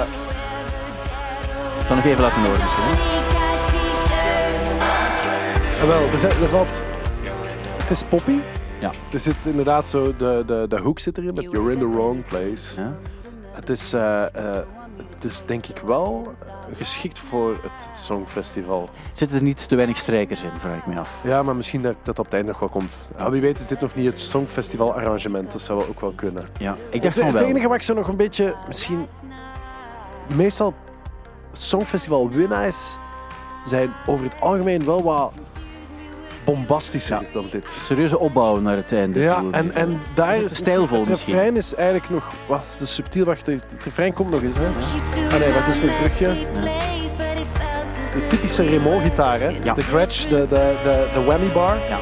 zal nog even laten horen misschien. Hè? Cash t-shirt. wel, er valt... Het is poppy. Ja. Er zit inderdaad zo, de hoek zit erin, dat you're in the wrong place. Ja. Het is denk ik wel geschikt voor het Songfestival. Zitten er niet te weinig strijkers in, vraag ik me af. Ja, maar misschien dat op het einde nog wel komt. Ja, wie weet is dit nog niet het Songfestival arrangement, dat zou wel ook wel kunnen. Ja, ik dacht Het van wel. enige wat ik zo nog een beetje, misschien... Meestal Songfestival winnaars zijn over het algemeen wel wat bombastischer Ja. dan dit. Serieuze opbouw naar het einde. Ja, en daar het is stijlvol het misschien? refrein is eigenlijk nog wat te subtiel. Wacht, het refrein komt nog eens. Hè. Ah nee, wat is het brugje? De typische Raymond-gitaar, hè? Ja. De scratch, de whammy bar. Ja.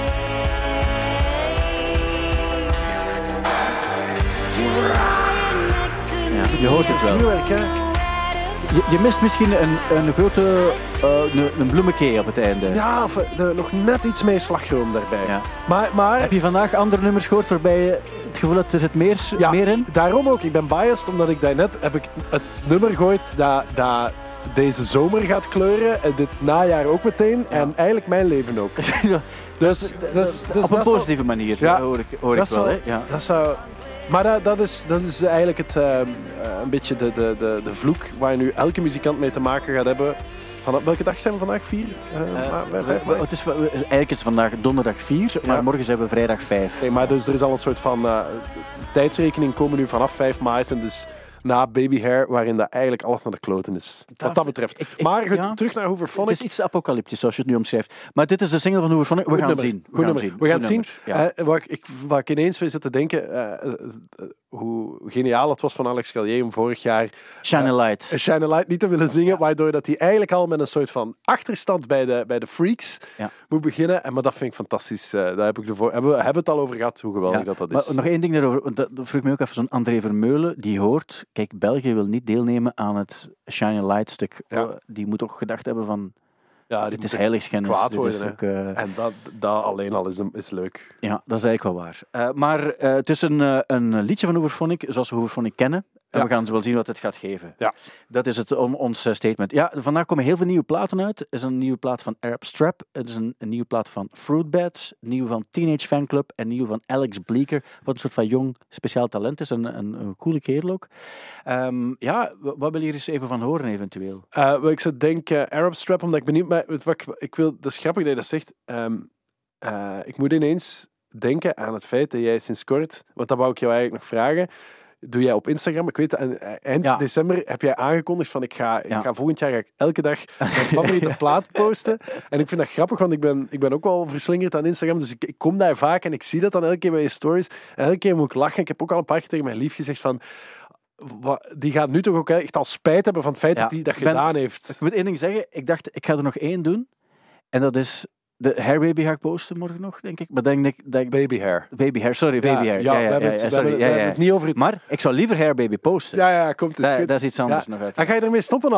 Je hoort het wel. Vuurwerk, hè? Je mist misschien een grote een bloemenkee op het einde. Ja, of nog net iets meer slagroom daarbij. Ja. Maar Heb je vandaag andere nummers gehoord waarbij je het gevoel hebt er zit meer in? Daarom ook. Ik ben biased, omdat ik daarnet heb ik het nummer gegooid dat deze zomer gaat kleuren. En dit najaar ook meteen. En eigenlijk mijn leven ook. Dus op een positieve manier, Ja, hoor ik dat wel. zou- Hè? Ja. Dat zou... Maar dat is eigenlijk een beetje de vloek waar je nu elke muzikant mee te maken gaat hebben. Van welke dag zijn we vandaag? 4? 5 maart? Eigenlijk is het vandaag donderdag 4, maar Ja. morgen zijn we vrijdag 5. Nee, maar dus er is al een soort van tijdsrekening komen nu vanaf 5 maart. En dus na Baby Hair, waarin dat eigenlijk alles naar de kloten is. Wat dat betreft. Maar goed, ja. terug naar Het Hoeverphonic. is iets apocalyptisch, zoals je het nu omschrijft. Maar dit is de single van Hoeverphonic. We gaan het zien. We gaan het zien. Ja. Wat ik ineens zit te denken, hoe geniaal het was van Alex Gallier om vorig jaar Shine a Light. Shine a Light niet te willen zingen, waardoor dat hij eigenlijk al met een soort van achterstand bij de Freaks Ja. moet beginnen. Maar dat vind ik fantastisch. Daar heb ik we hebben het al over gehad, hoe geweldig dat is. Maar nog één ding daarover, want dat vroeg ik me ook even. Zo'n André Vermeulen, die hoort... Kijk, België wil niet deelnemen aan het Shine a Light stuk. Ja. Die moet ook gedacht hebben van... Ja, Dit is heiligschennis. kwaad Dit is worden, ook, En dat alleen al is leuk. ja, dat is eigenlijk wel waar. Maar het is een liedje van Hoeverphonic, zoals we Hoeverphonic kennen. En Ja. we gaan wel zien wat het gaat geven. Ja. Dat is ons statement. Ja, vandaag komen heel veel nieuwe platen uit. Er is een nieuwe plaat van Arab Strap. Het is een nieuwe plaat van Fruitbats. Een nieuwe van Teenage Fanclub. En een nieuwe van Alex Bleeker. Wat een soort van jong speciaal talent is. Een coole kerel ook. Wat wil je hier eens even van horen eventueel? Ik zou denken Arab Strap, omdat ik benieuwd ben. Dat is grappig dat je dat zegt. Ik moet ineens denken aan het feit dat jij sinds kort, want dat wou ik jou eigenlijk nog vragen. Doe jij op Instagram? Ik weet, eind december heb jij aangekondigd van ik ga volgend jaar elke dag mijn favoriete plaat posten. En ik vind dat grappig, want ik ben ook wel verslingerd aan Instagram. Dus ik kom daar vaak en ik zie dat dan elke keer bij je stories. En elke keer moet ik lachen. Ik heb ook al een paar keer tegen mijn lief gezegd van... Die gaat nu toch ook echt al spijt hebben van het feit dat hij dat gedaan heeft. Ik moet één ding zeggen. Ik dacht, ik ga er nog één doen. En dat is... De Hair Baby ga ik posten morgen nog, denk ik. Maar denk ik... Baby Hair. Baby Hair, sorry, Baby Hair. We hebben het niet over het... Maar ik zou liever Hair Baby posten. Ja, komt dus goed. Dat is iets anders nog uit. En ga je ermee stoppen al?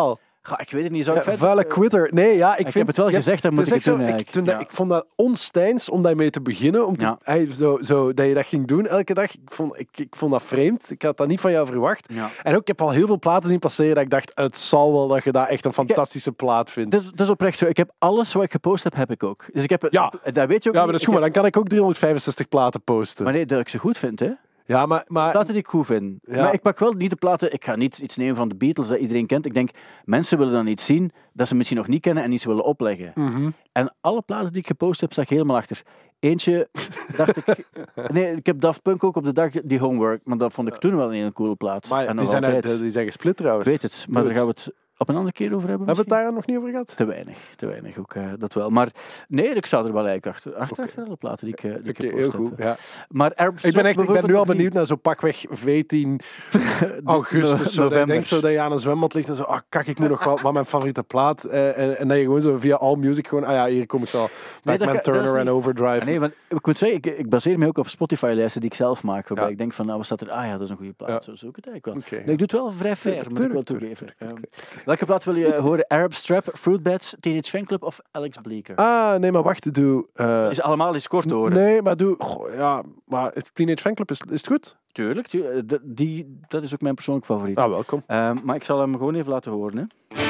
Ik weet het niet. Zou ik vet... vuile quitter. Nee, ja, ik heb het wel gezegd, dan moet ik het doen eigenlijk. Ik vond dat onstijns om daarmee te beginnen. Dat je dat ging doen elke dag. Ik vond dat vreemd. Ik had dat niet van jou verwacht. Ja. En ook, ik heb al heel veel platen zien passeren dat ik dacht, het zal wel dat je dat echt een fantastische plaat vindt. Dat is oprecht zo. Ik heb alles wat ik gepost heb ik ook. Dus ik heb... Ja. Dat weet je ook Ja, maar niet. dat is goed, maar dan kan ik ook 365 platen posten. Maar nee, dat ik ze goed vind, hè. Ja, maar... Platen die ik goed vind. Ja. Maar ik pak wel niet de platen... Ik ga niet iets nemen van de Beatles dat iedereen kent. Ik denk, mensen willen dan iets zien dat ze misschien nog niet kennen en iets willen opleggen. Mhm. En alle platen die ik gepost heb, sta ik helemaal achter. Eentje dacht ik... Nee, ik heb Daft Punk ook op de dag die Homework, maar dat vond ik toen wel een hele coole plaat. Maar en die zijn gesplit trouwens. Ik weet het, maar daar gaan we het op een andere keer over hebben. Hebben we het daar nog niet over gehad? Te weinig ook, dat wel. Maar nee, ik sta er wel eigenlijk achter alle platen die ik gepost heel goed, heb. Ja. Maar Ik ben nu al benieuwd naar zo'n pakweg 14 augustus. Zo, dat je denkt zo dat je aan een zwembad ligt en zo, ik moet nog wat mijn favoriete plaat. En dat je gewoon zo via Allmusic gewoon, hier kom ik al. Batman Turner en Overdrive. Nee, want ik moet zeggen, ik baseer me ook op Spotify-lijsten die ik zelf maak. Waarbij ik denk van, wat staat er? Dat is een goede plaat. Zo zoek ik het eigenlijk wel. Nee, ik doe het wel vrij fair, moet ik wel toegeven. Welke plaat wil je horen? Arab Strap, Fruitbats, Teenage Fanclub of Alex Bleeker? Nee, maar wacht, doe... Is allemaal eens kort horen. Nee, maar doe... maar het Teenage Fanclub, is het goed? Tuurlijk, dat is ook mijn persoonlijk favoriet. Welkom. Maar ik zal hem gewoon even laten horen, hè.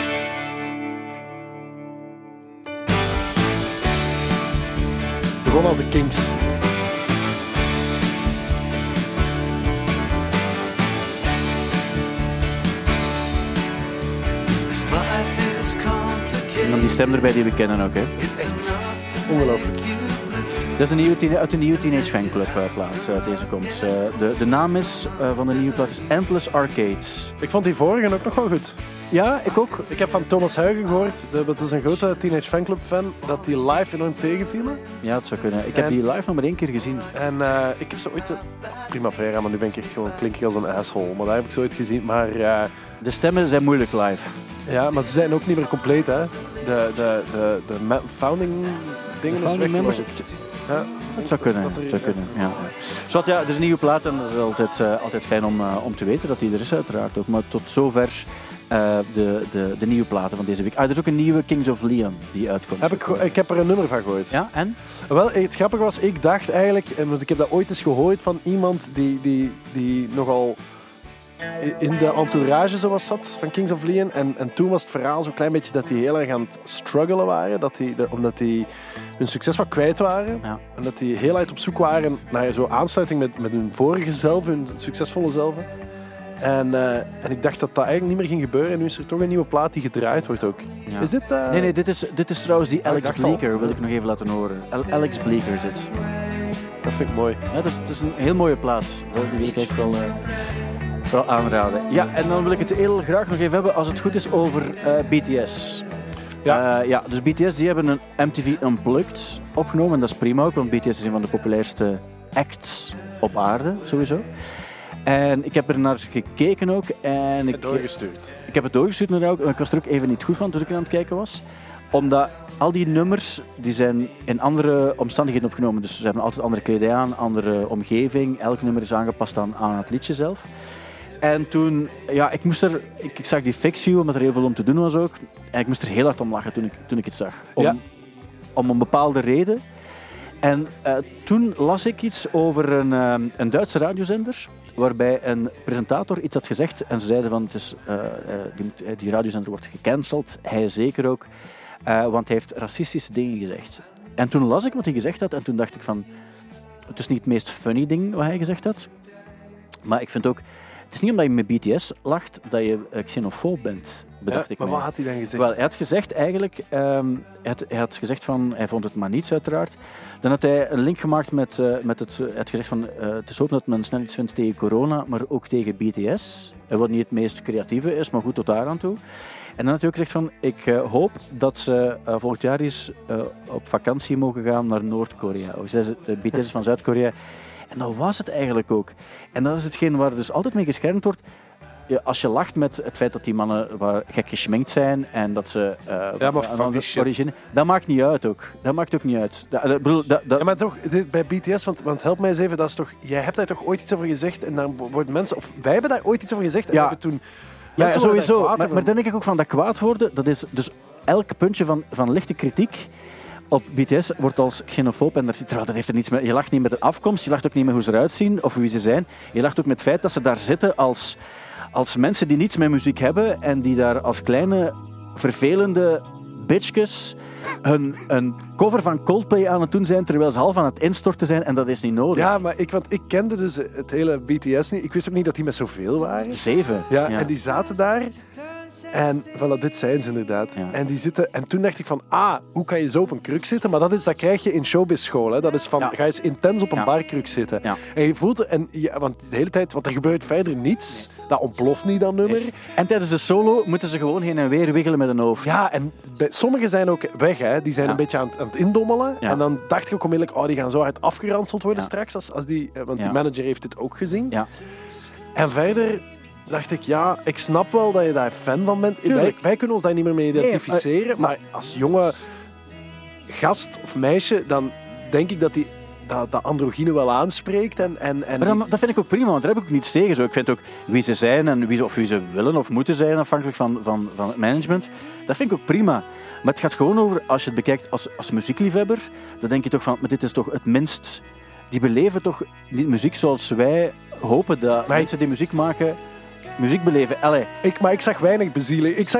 Begon als de Kings. En dan die stem erbij die we kennen ook, hè. Ongelooflijk. Dat is uit de nieuwe Teenage Fanclub plaat. Deze komt. De naam van de nieuwe plaat is Endless Arcades. Ik vond die vorige ook nog wel goed. Ja, ik ook. Ik heb van Thomas Huygen gehoord, dat is een grote Teenage Fanclub fan, dat die live enorm tegenvielen. Ja, het zou kunnen. Ik heb die live nog maar 1 keer gezien. En ik heb ze ooit... Primavera, maar nu ben ik echt gewoon, klink ik als een asshole. Maar daar heb ik ze ooit gezien. Maar... de stemmen zijn moeilijk live. Ja, maar ze zijn ook niet meer compleet, hè. De founding dingen is weg. Members. Ja, het zou kunnen. Ja. Zowat, het is een nieuwe plaat en dat is altijd fijn om te weten dat die er is, uiteraard ook. Maar tot zover de nieuwe platen van deze week. Er is ook een nieuwe Kings of Leon die uitkomt. Ik heb er een nummer van gehoord. Ja, en? Wel, het grappige was, ik dacht eigenlijk, want ik heb dat ooit eens gehoord van iemand die nogal in de entourage zoals zat van Kings of Leon. En toen was het verhaal zo'n klein beetje dat die heel erg aan het struggelen waren. Omdat die hun succes wat kwijt waren. Ja. En dat die heel hard op zoek waren naar zo'n aansluiting met hun vorige zelf, hun succesvolle zelven. En ik dacht dat eigenlijk niet meer ging gebeuren. En nu is er toch een nieuwe plaat die gedraaid wordt ook. Ja. Is dit... Nee, dit is trouwens die Alex Bleeker, wil ik nog even laten horen. Alex Bleeker is het. Dat vind ik mooi. Ja, het is een heel mooie plaat. Die wil ik echt wel aanraden. Ja, en dan wil ik het heel graag nog even hebben, als het goed is, over BTS. Ja. Dus BTS die hebben een MTV Unplugged opgenomen. En dat is prima ook, want BTS is een van de populairste acts op aarde, sowieso. En ik heb er naar gekeken ook. En doorgestuurd. Ik heb het doorgestuurd naar ook. Ik was er ook even niet goed van toen ik er aan het kijken was. Omdat al die nummers, die zijn in andere omstandigheden opgenomen. Dus ze hebben altijd andere kledij aan, andere omgeving. Elk nummer is aangepast aan het liedje zelf. En toen, ik zag die Fix You, omdat er heel veel om te doen was ook. En ik moest er heel hard om lachen toen ik het zag. Om een bepaalde reden. En toen las ik iets over een Duitse radiozender, waarbij een presentator iets had gezegd. En ze zeiden van, die radiozender wordt gecanceld. Hij zeker ook, want hij heeft racistische dingen gezegd. En toen las ik wat hij gezegd had en toen dacht ik van, het is niet het meest funny ding wat hij gezegd had. Maar ik vind ook, het is niet omdat je met BTS lacht dat je xenofoob bent, bedacht ik maar mij. wat had hij dan gezegd? Wel, hij had gezegd eigenlijk, hij had gezegd van, hij vond het maar niets uiteraard. Dan had hij een link gemaakt met het, hij had gezegd van, het is hoop dat men snel iets vindt tegen corona, maar ook tegen BTS. Wat niet het meest creatieve is, maar goed tot daar aan toe. En dan had hij ook gezegd van, ik hoop dat ze volgend jaar eens op vakantie mogen gaan naar Noord-Korea. Of BTS is van Zuid-Korea. En dat was het eigenlijk ook. En dat is hetgeen waar dus altijd mee geschermd wordt. Als je lacht met het feit dat die mannen gek geschminkt zijn en dat ze van die shit. origine, dat maakt niet uit ook. Dat maakt ook niet uit. Ja, maar toch, bij BTS, want help mij eens even, dat is toch, jij hebt daar toch ooit iets over gezegd en daar worden mensen, of wij hebben daar ooit iets over gezegd en we hebben toen Mensen worden sowieso. daar kwaad Maar over. dan denk ik ook van dat kwaad worden, dat is dus elk puntje van lichte kritiek op BTS wordt als xenofoob. En terwijl dat heeft er niets mee. Je lacht niet met de afkomst, je lacht ook niet met hoe ze eruit zien of wie ze zijn. Je lacht ook met het feit dat ze daar zitten als mensen die niets met muziek hebben en die daar als kleine, vervelende bitchjes een cover van Coldplay aan het doen zijn, terwijl ze half aan het instorten zijn en dat is niet nodig. Ja, maar want ik kende dus het hele BTS niet. Ik wist ook niet dat die met zoveel waren. 7. Ja, en die zaten daar. En voilà, dit zijn ze inderdaad. Ja. En die zitten. En toen dacht ik van, hoe kan je zo op een kruk zitten? Maar dat krijg je in showbiz school. Hè. Dat is van, ga eens intens op een barkruk zitten. Ja. En je voelt het, want de hele tijd, want er gebeurt verder niets. Dat ontploft niet, dat nummer. En tijdens de solo moeten ze gewoon heen en weer wiggelen met een hoofd. Ja, en sommigen zijn ook weg, hè. Die zijn een beetje aan het indommelen. Ja. En dan dacht ik ook onmiddellijk, die gaan zo hard afgeranseld worden straks. Als die, want die manager heeft dit ook gezien. Ja. En verder dacht ik, ik snap wel dat je daar fan van bent. Wij kunnen ons daar niet meer mee identificeren. Maar als jonge gast of meisje, dan denk ik dat androgyne wel aanspreekt. Maar dat vind ik ook prima, want daar heb ik ook niets tegen. Zo. Ik vind ook wie ze zijn en wie ze willen of moeten zijn, afhankelijk van het management. Dat vind ik ook prima. Maar het gaat gewoon over, als je het bekijkt als muziekliefhebber, dan denk je toch van, maar dit is toch het minst... Die beleven toch niet muziek zoals wij hopen dat mensen die muziek maken... Muziek beleven, Maar ik zag weinig bezieling. Ik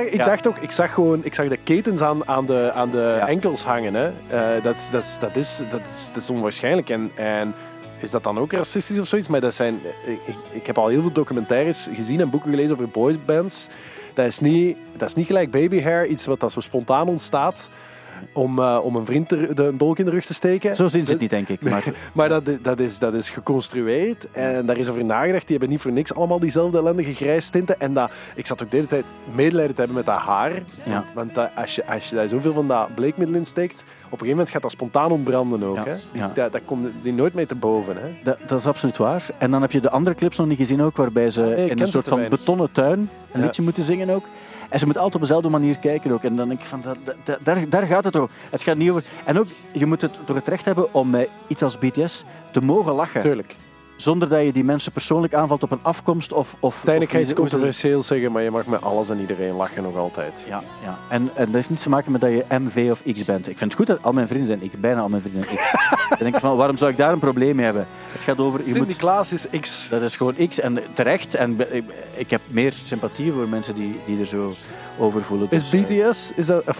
zag de ketens aan de enkels hangen. Hè. Dat is onwaarschijnlijk. En is dat dan ook racistisch of zoiets? Maar ik heb al heel veel documentaires gezien en boeken gelezen over boysbands. Dat is niet gelijk baby hair, iets wat zo spontaan ontstaat. Om een vriend een dolk in de rug te steken. Zo zien ze het niet, denk ik. Maar dat is geconstrueerd en daar is over nagedacht. Die hebben niet voor niks allemaal diezelfde ellendige grijstinten. En ik zat ook de hele tijd medelijden te hebben met dat haar. Ja. Want als je daar zoveel van dat bleekmiddel in steekt, op een gegeven moment gaat dat spontaan ontbranden ook. Ja. Hè? Ja. Daar komt die nooit mee te boven. Hè? Dat is absoluut waar. En dan heb je de andere clips nog niet gezien ook, waarbij ze in een soort van betonnen tuin een liedje moeten zingen ook. En ze moet altijd op dezelfde manier kijken ook. En dan denk ik van, daar gaat het over. Het gaat niet over... En ook, je moet het toch het recht hebben om met iets als BTS te mogen lachen. Tuurlijk. Zonder dat je die mensen persoonlijk aanvalt op een afkomst of uiteindelijk ga je iets controversieels zeggen, maar je mag met alles en iedereen lachen nog altijd. Ja. En dat heeft niets te maken met dat je M, V of X bent. Ik vind het goed dat al mijn vrienden zijn X. Bijna al mijn vrienden zijn X. Dan denk ik van, waarom zou ik daar een probleem mee hebben? Het gaat over... Sint-Niklaas is X. Dat is gewoon X en terecht. En ik heb meer sympathie voor mensen die er zo over voelen. Is BTS,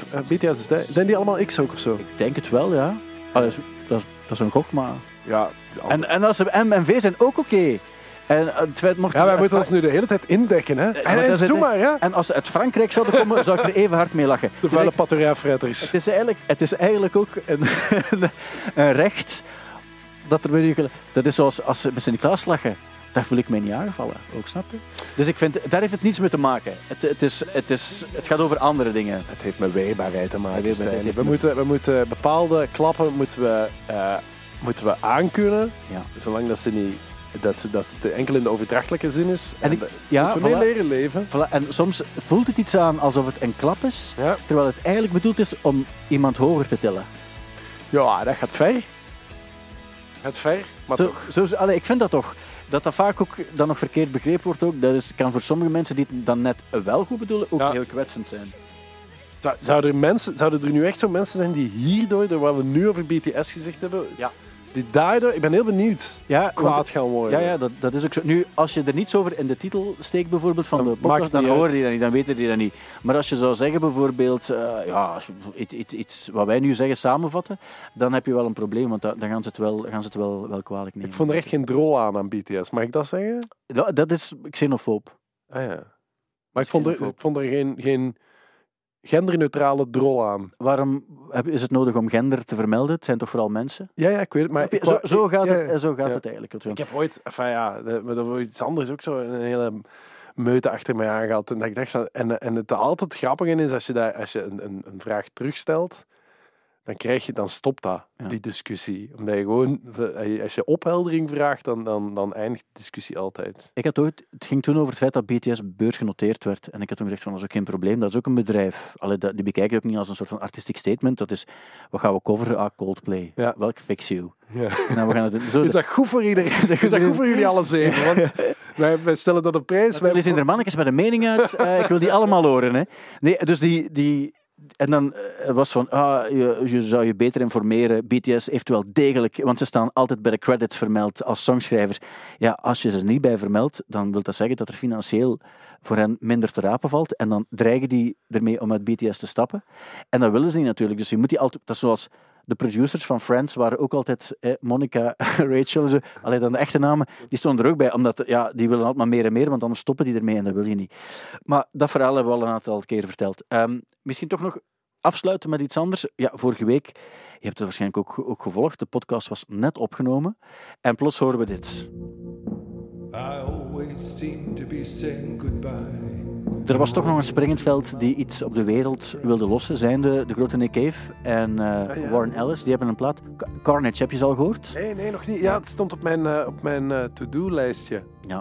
zijn die allemaal X ook of zo? Ik denk het wel, ja. Dat is een gok, maar... Ja, en als ze M en V zijn ook oké. En het feit mocht wij moeten ons nu de hele tijd indekken, hè? Doe maar, hè? En als ze uit Frankrijk zouden komen, zou ik er even hard mee lachen. De vuile Patoria-fretters. Het is eigenlijk ook een recht dat er... Dat is zoals als ze met Sint-Niklaas lachen. Daar voel ik mij niet aangevallen, ook, snap je? Dus ik vind, daar heeft het niets mee te maken. Het gaat over andere dingen. Het heeft met weerbaarheid te maken, Stijn. We moeten bepaalde klappen moeten we aankunnen, zolang dat ze niet... Dat het enkel in de overdrachtelijke zin is. Moeten we mee leren leven. Voilà. En soms voelt het iets aan alsof het een klap is, terwijl het eigenlijk bedoeld is om iemand hoger te tillen. Ja, dat gaat ver. Maar toch. Ik vind dat toch. Dat vaak ook dan nog verkeerd begrepen wordt ook. Dat kan voor sommige mensen die het dan net wel goed bedoelen, ook heel kwetsend zijn. Zouden er nu echt zo mensen zijn die hierdoor, door wat we nu over BTS gezegd hebben... Ja. Die daardoor, ik ben heel benieuwd, kwaad gaan worden. Ja, dat is ook zo. Nu, als je er niets over in de titel steekt, bijvoorbeeld van de podcast, dan horen die dat niet, dan weten die dat niet. Maar als je zou zeggen, bijvoorbeeld, iets wat wij nu zeggen samenvatten, dan heb je wel een probleem, want dan gaan ze het wel kwalijk nemen. Ik vond er echt geen drol aan BTS, mag ik dat zeggen? Dat is xenofoob. Ah ja. Maar ik vond er geen genderneutrale drol aan. Waarom is het nodig om gender te vermelden? Het zijn toch vooral mensen? Ja, ik weet het. Maar zo gaat het eigenlijk. Ik heb ooit... iets anders ook zo een hele meute achter mij aangehad. En dat ik dacht... En het altijd grappige is, als je een vraag terugstelt, dan stopt dat, die discussie. Omdat je gewoon, als je opheldering vraagt, dan eindigt de discussie altijd. Het ging toen over het feit dat BTS beursgenoteerd werd. En ik had toen gezegd van, dat is ook geen probleem, dat is ook een bedrijf. Die bekijken ook niet als een soort van artistiek statement. Dat is, wat gaan we coveren? Coldplay. Ja. Welk fix you? Ja. En we gaan het zo Is dat goed voor iedereen? Is dat goed voor jullie alle 7? Want wij stellen dat op prijs. Jullie zijn er mannetjes met een mening uit. Ik wil die allemaal horen. Hè. Nee, dus en dan was van, je zou je beter informeren. BTS heeft wel degelijk, want ze staan altijd bij de credits vermeld als songschrijvers. Ja, als je ze niet bij vermeldt, dan wil dat zeggen dat er financieel voor hen minder te rapen valt. En dan dreigen die ermee om uit BTS te stappen. En dat willen ze niet natuurlijk. Dus je moet die altijd, dat is zoals de producers van Friends waren ook altijd Monica, Rachel en zo. Alleen dan de echte namen, die stonden er ook bij. Omdat die willen altijd maar meer en meer, want anders stoppen die ermee en dat wil je niet. Maar dat verhaal hebben we al een aantal keer verteld. Misschien toch nog afsluiten met iets anders. Ja, vorige week, je hebt het waarschijnlijk ook gevolgd, de podcast was net opgenomen. En plots horen we dit. I always seem to be saying goodbye. Er was toch nog een springend veld die iets op de wereld wilde lossen. Zijn de grote Nick Cave en Warren Ellis. Die hebben een plaat. Carnage, heb je ze al gehoord? Nee, nog niet. Ja, het stond op mijn to-do-lijstje. Ja.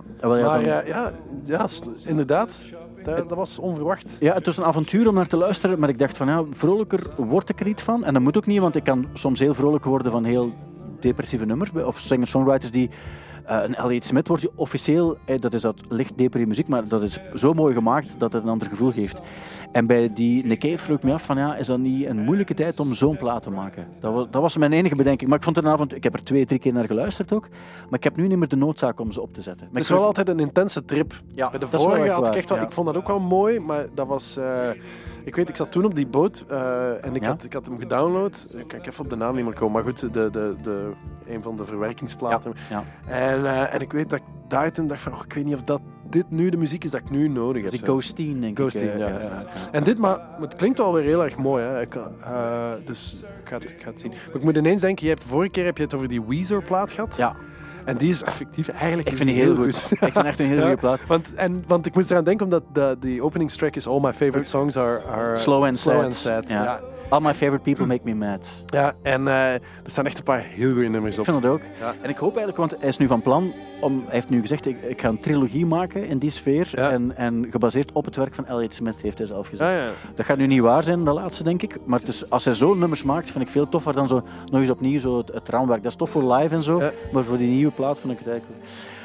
Maar inderdaad. Dat was onverwacht. Ja, het was een avontuur om naar te luisteren. Maar ik dacht van, vrolijker word ik er niet van. En dat moet ook niet, want ik kan soms heel vrolijk worden van heel depressieve nummers. Of singer-songwriters die... een Elliott Smith wordt officieel, dat is dat licht depressieve muziek, maar dat is zo mooi gemaakt dat het een ander gevoel geeft. En bij die Nick Cave vroeg ik me af van, is dat niet een moeilijke tijd om zo'n plaat te maken? Dat was mijn enige bedenking. Maar ik vond het een avond, ik heb er 2-3 keer naar geluisterd ook, maar ik heb nu niet meer de noodzaak om ze op te zetten. Het is wel altijd een intense trip. Ja, bij de vorige had ik echt wel, ik vond dat ook wel mooi, maar dat was... Ik weet, ik zat toen op die boot en ik had hem gedownload. Ik kan even op de naam niet meer komen, maar goed, een van de verwerkingsplaten. Ja. En ik weet dat ik daar toen dacht van, ik weet niet of dit nu de muziek is dat ik nu nodig heb. Die Ghosteen, denk Ghosteen, ik. Ja. En dit, maar het klinkt wel weer heel erg mooi. Hè. Dus ik ga het zien. Maar ik moet ineens denken, vorige keer heb je het over die Weezer-plaat gehad. Ja. En die is effectief eigenlijk ik vind die heel goed. Ik vind echt een hele goede plaat. Want ik moest eraan denken, omdat die openingstrack is All My Favorite Songs are Slow and Sad. Ja. All My Favorite People Make Me Mad. Ja, en er staan echt een paar heel goede nummers op. Ik vind dat ook. Ja. En ik hoop eigenlijk, want hij is nu van plan hij heeft nu gezegd, ik ga een trilogie maken in die sfeer. Ja. En gebaseerd op het werk van Elliott Smith, heeft hij zelf gezegd. Ja. Dat gaat nu niet waar zijn, de laatste, denk ik. Maar als hij zo'n nummers maakt, vind ik veel toffer dan zo nog eens opnieuw zo het raamwerk. Dat is tof voor live en zo, maar voor die nieuwe plaat vind ik het eigenlijk...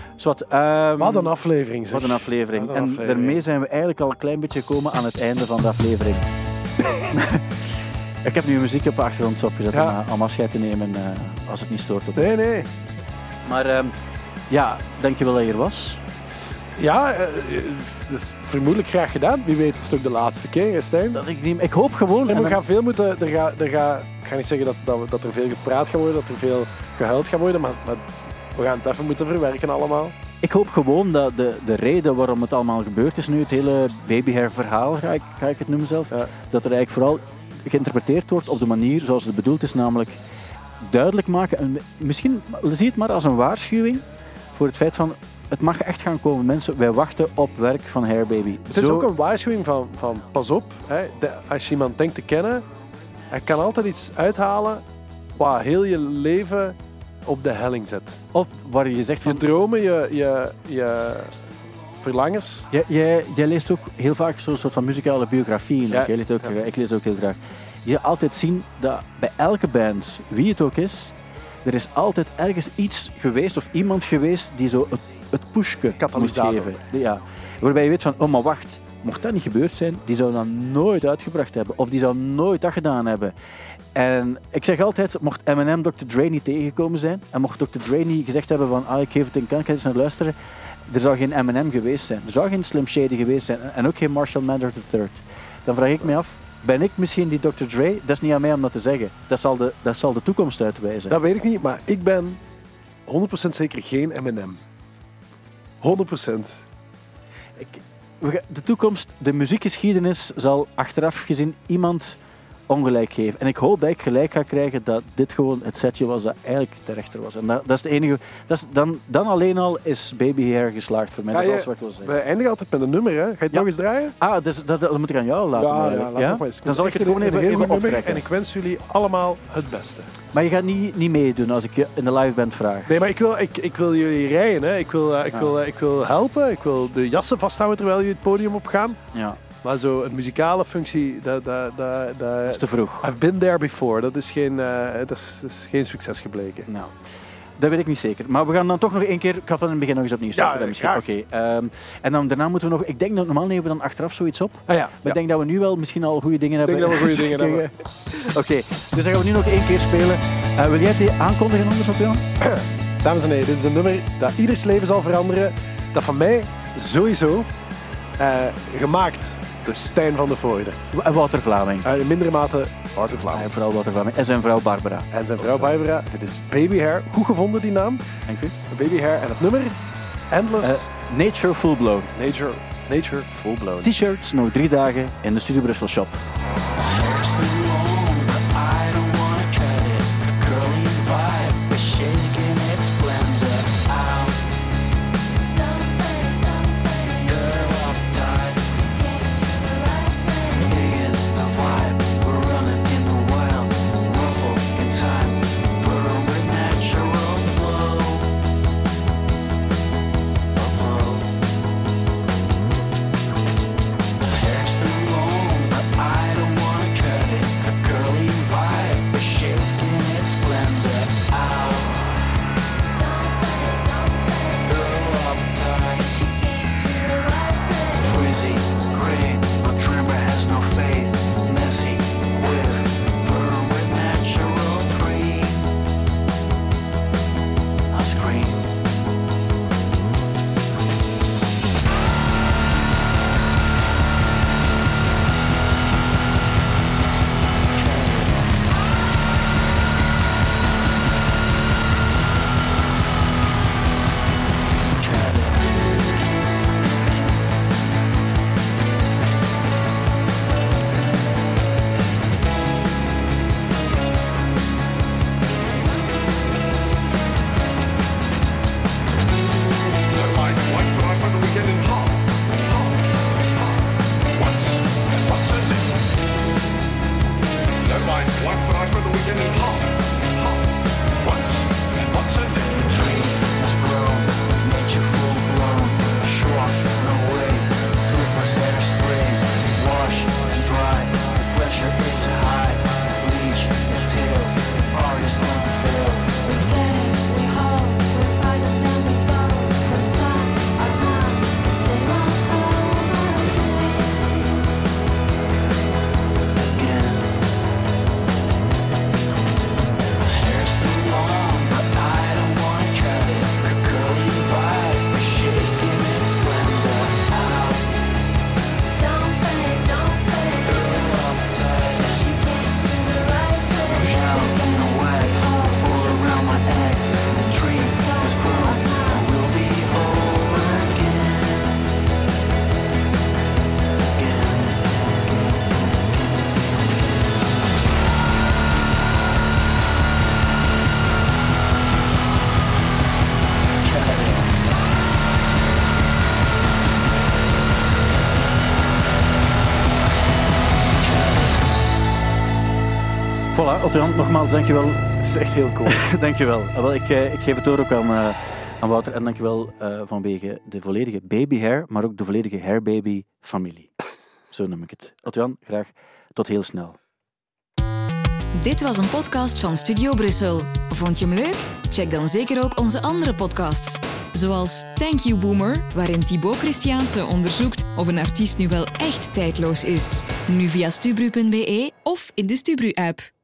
Wat een aflevering, zeg. Wat een aflevering. En daarmee zijn we eigenlijk al een klein beetje gekomen aan het einde van de aflevering. Ik heb nu muziek op de achtergrond opgezet om afscheid te nemen als het niet stoort. Nee. Maar dankjewel dat je er was. Ja, dat is vermoedelijk graag gedaan. Wie weet is het ook de laatste keer, Stijn. Ik hoop gewoon... En we gaan veel moeten... Ik ga niet zeggen dat er veel gepraat gaat worden, dat er veel gehuild gaat worden, maar we gaan het even moeten verwerken allemaal. Ik hoop gewoon dat de reden waarom het allemaal gebeurd is nu, het hele babyhair verhaal, ga ik het noemen zelf, dat er eigenlijk vooral geïnterpreteerd wordt op de manier zoals het bedoeld is, namelijk duidelijk maken. En misschien zie het maar als een waarschuwing voor het feit van, het mag echt gaan komen. Mensen, wij wachten op werk van Hair Baby. Het is ook een waarschuwing van pas op, hè, als je iemand denkt te kennen, hij kan altijd iets uithalen wat heel je leven op de helling zet. Of waar je zegt van... Je dromen, je verlangens. Jij leest ook heel vaak zo'n soort van muzikale biografie. Ja. Ik lees ook heel graag. Je altijd zien dat bij elke band, wie het ook is, er is altijd ergens iets geweest of iemand geweest die zo het pushje moest geven. Ja. Waarbij je weet van, maar wacht, mocht dat niet gebeurd zijn, die zou dat nooit uitgebracht hebben. Of die zou nooit dat gedaan hebben. En ik zeg altijd, mocht Eminem Dr. Dre niet tegengekomen zijn, en mocht Dr. Dre niet gezegd hebben van, ik geef het in kan, ik ga eens naar luisteren, er zou geen Eminem geweest zijn. Er zou geen Slim Shady geweest zijn. En ook geen Marshall Mathers III. Dan vraag ik me af, ben ik misschien die Dr. Dre? Dat is niet aan mij om dat te zeggen. Dat zal de toekomst uitwijzen. Dat weet ik niet, maar ik ben 100% zeker geen Eminem. 100%. De toekomst, de muziekgeschiedenis zal achteraf gezien iemand ongelijk geef. En ik hoop dat ik gelijk ga krijgen dat dit gewoon het setje was dat eigenlijk terechter was. En dat is de enige... Dan alleen al is Baby Hair geslaagd voor mij. Dat is alles wat ik wil zeggen. We eindigen altijd met een nummer, hè? Ga je het nog eens draaien? Dus dat moet ik aan jou laten. Laat nog maar eens. Dan zal ik het gewoon even optrekken. En ik wens jullie allemaal het beste. Maar je gaat niet meedoen als ik je in de live band vraag. Nee, maar ik wil jullie rijden. Hè. Ik wil helpen. Ik wil de jassen vasthouden terwijl jullie het podium opgaan. Ja. Maar zo een muzikale functie, dat is te vroeg. I've been there before. Dat is geen succes gebleken. Nou, dat weet ik niet zeker. Maar we gaan dan toch nog één keer... Ik ga van het begin nog eens opnieuw starten. Ja, Oké. En dan daarna moeten we nog... Ik denk dat normaal nemen we dan achteraf zoiets op. Maar ik denk dat we nu wel misschien al goede dingen hebben. Ik denk dat we goede dingen hebben. Oké, dus dan gaan we nu nog één keer spelen. Wil jij het aankondigen anders, Otto-Jan? Dames en heren, dit is een nummer dat ieders leven zal veranderen. Dat van mij sowieso gemaakt door Stijn van de Voorde. En Wouter Vlaming. In mindere mate Wouter Vlaming. Vooral Wouter Vlaming. En zijn vrouw Barbara. Dit is Baby Hair. Goed gevonden, die naam. Dank u. Baby Hair. En het nummer? Endless. Nature Full Blown. Nature Full Blown. T-shirts nog 3 dagen in de Studio Brussel shop. Voilà, Otto-Jan, nogmaals, dankjewel. Het is echt heel cool. Dankjewel. Wel, ik geef het door ook aan Wouter. En dankjewel vanwege de volledige Baby Hair, maar ook de volledige Hair Baby familie. Zo noem ik het. Otto-Jan, graag tot heel snel. Dit was een podcast van Studio Brussel. Vond je hem leuk? Check dan zeker ook onze andere podcasts. Zoals Thank You Boomer, waarin Thibaut Christiaanse onderzoekt of een artiest nu wel echt tijdloos is. Nu via stubru.be of in de Stubru-app.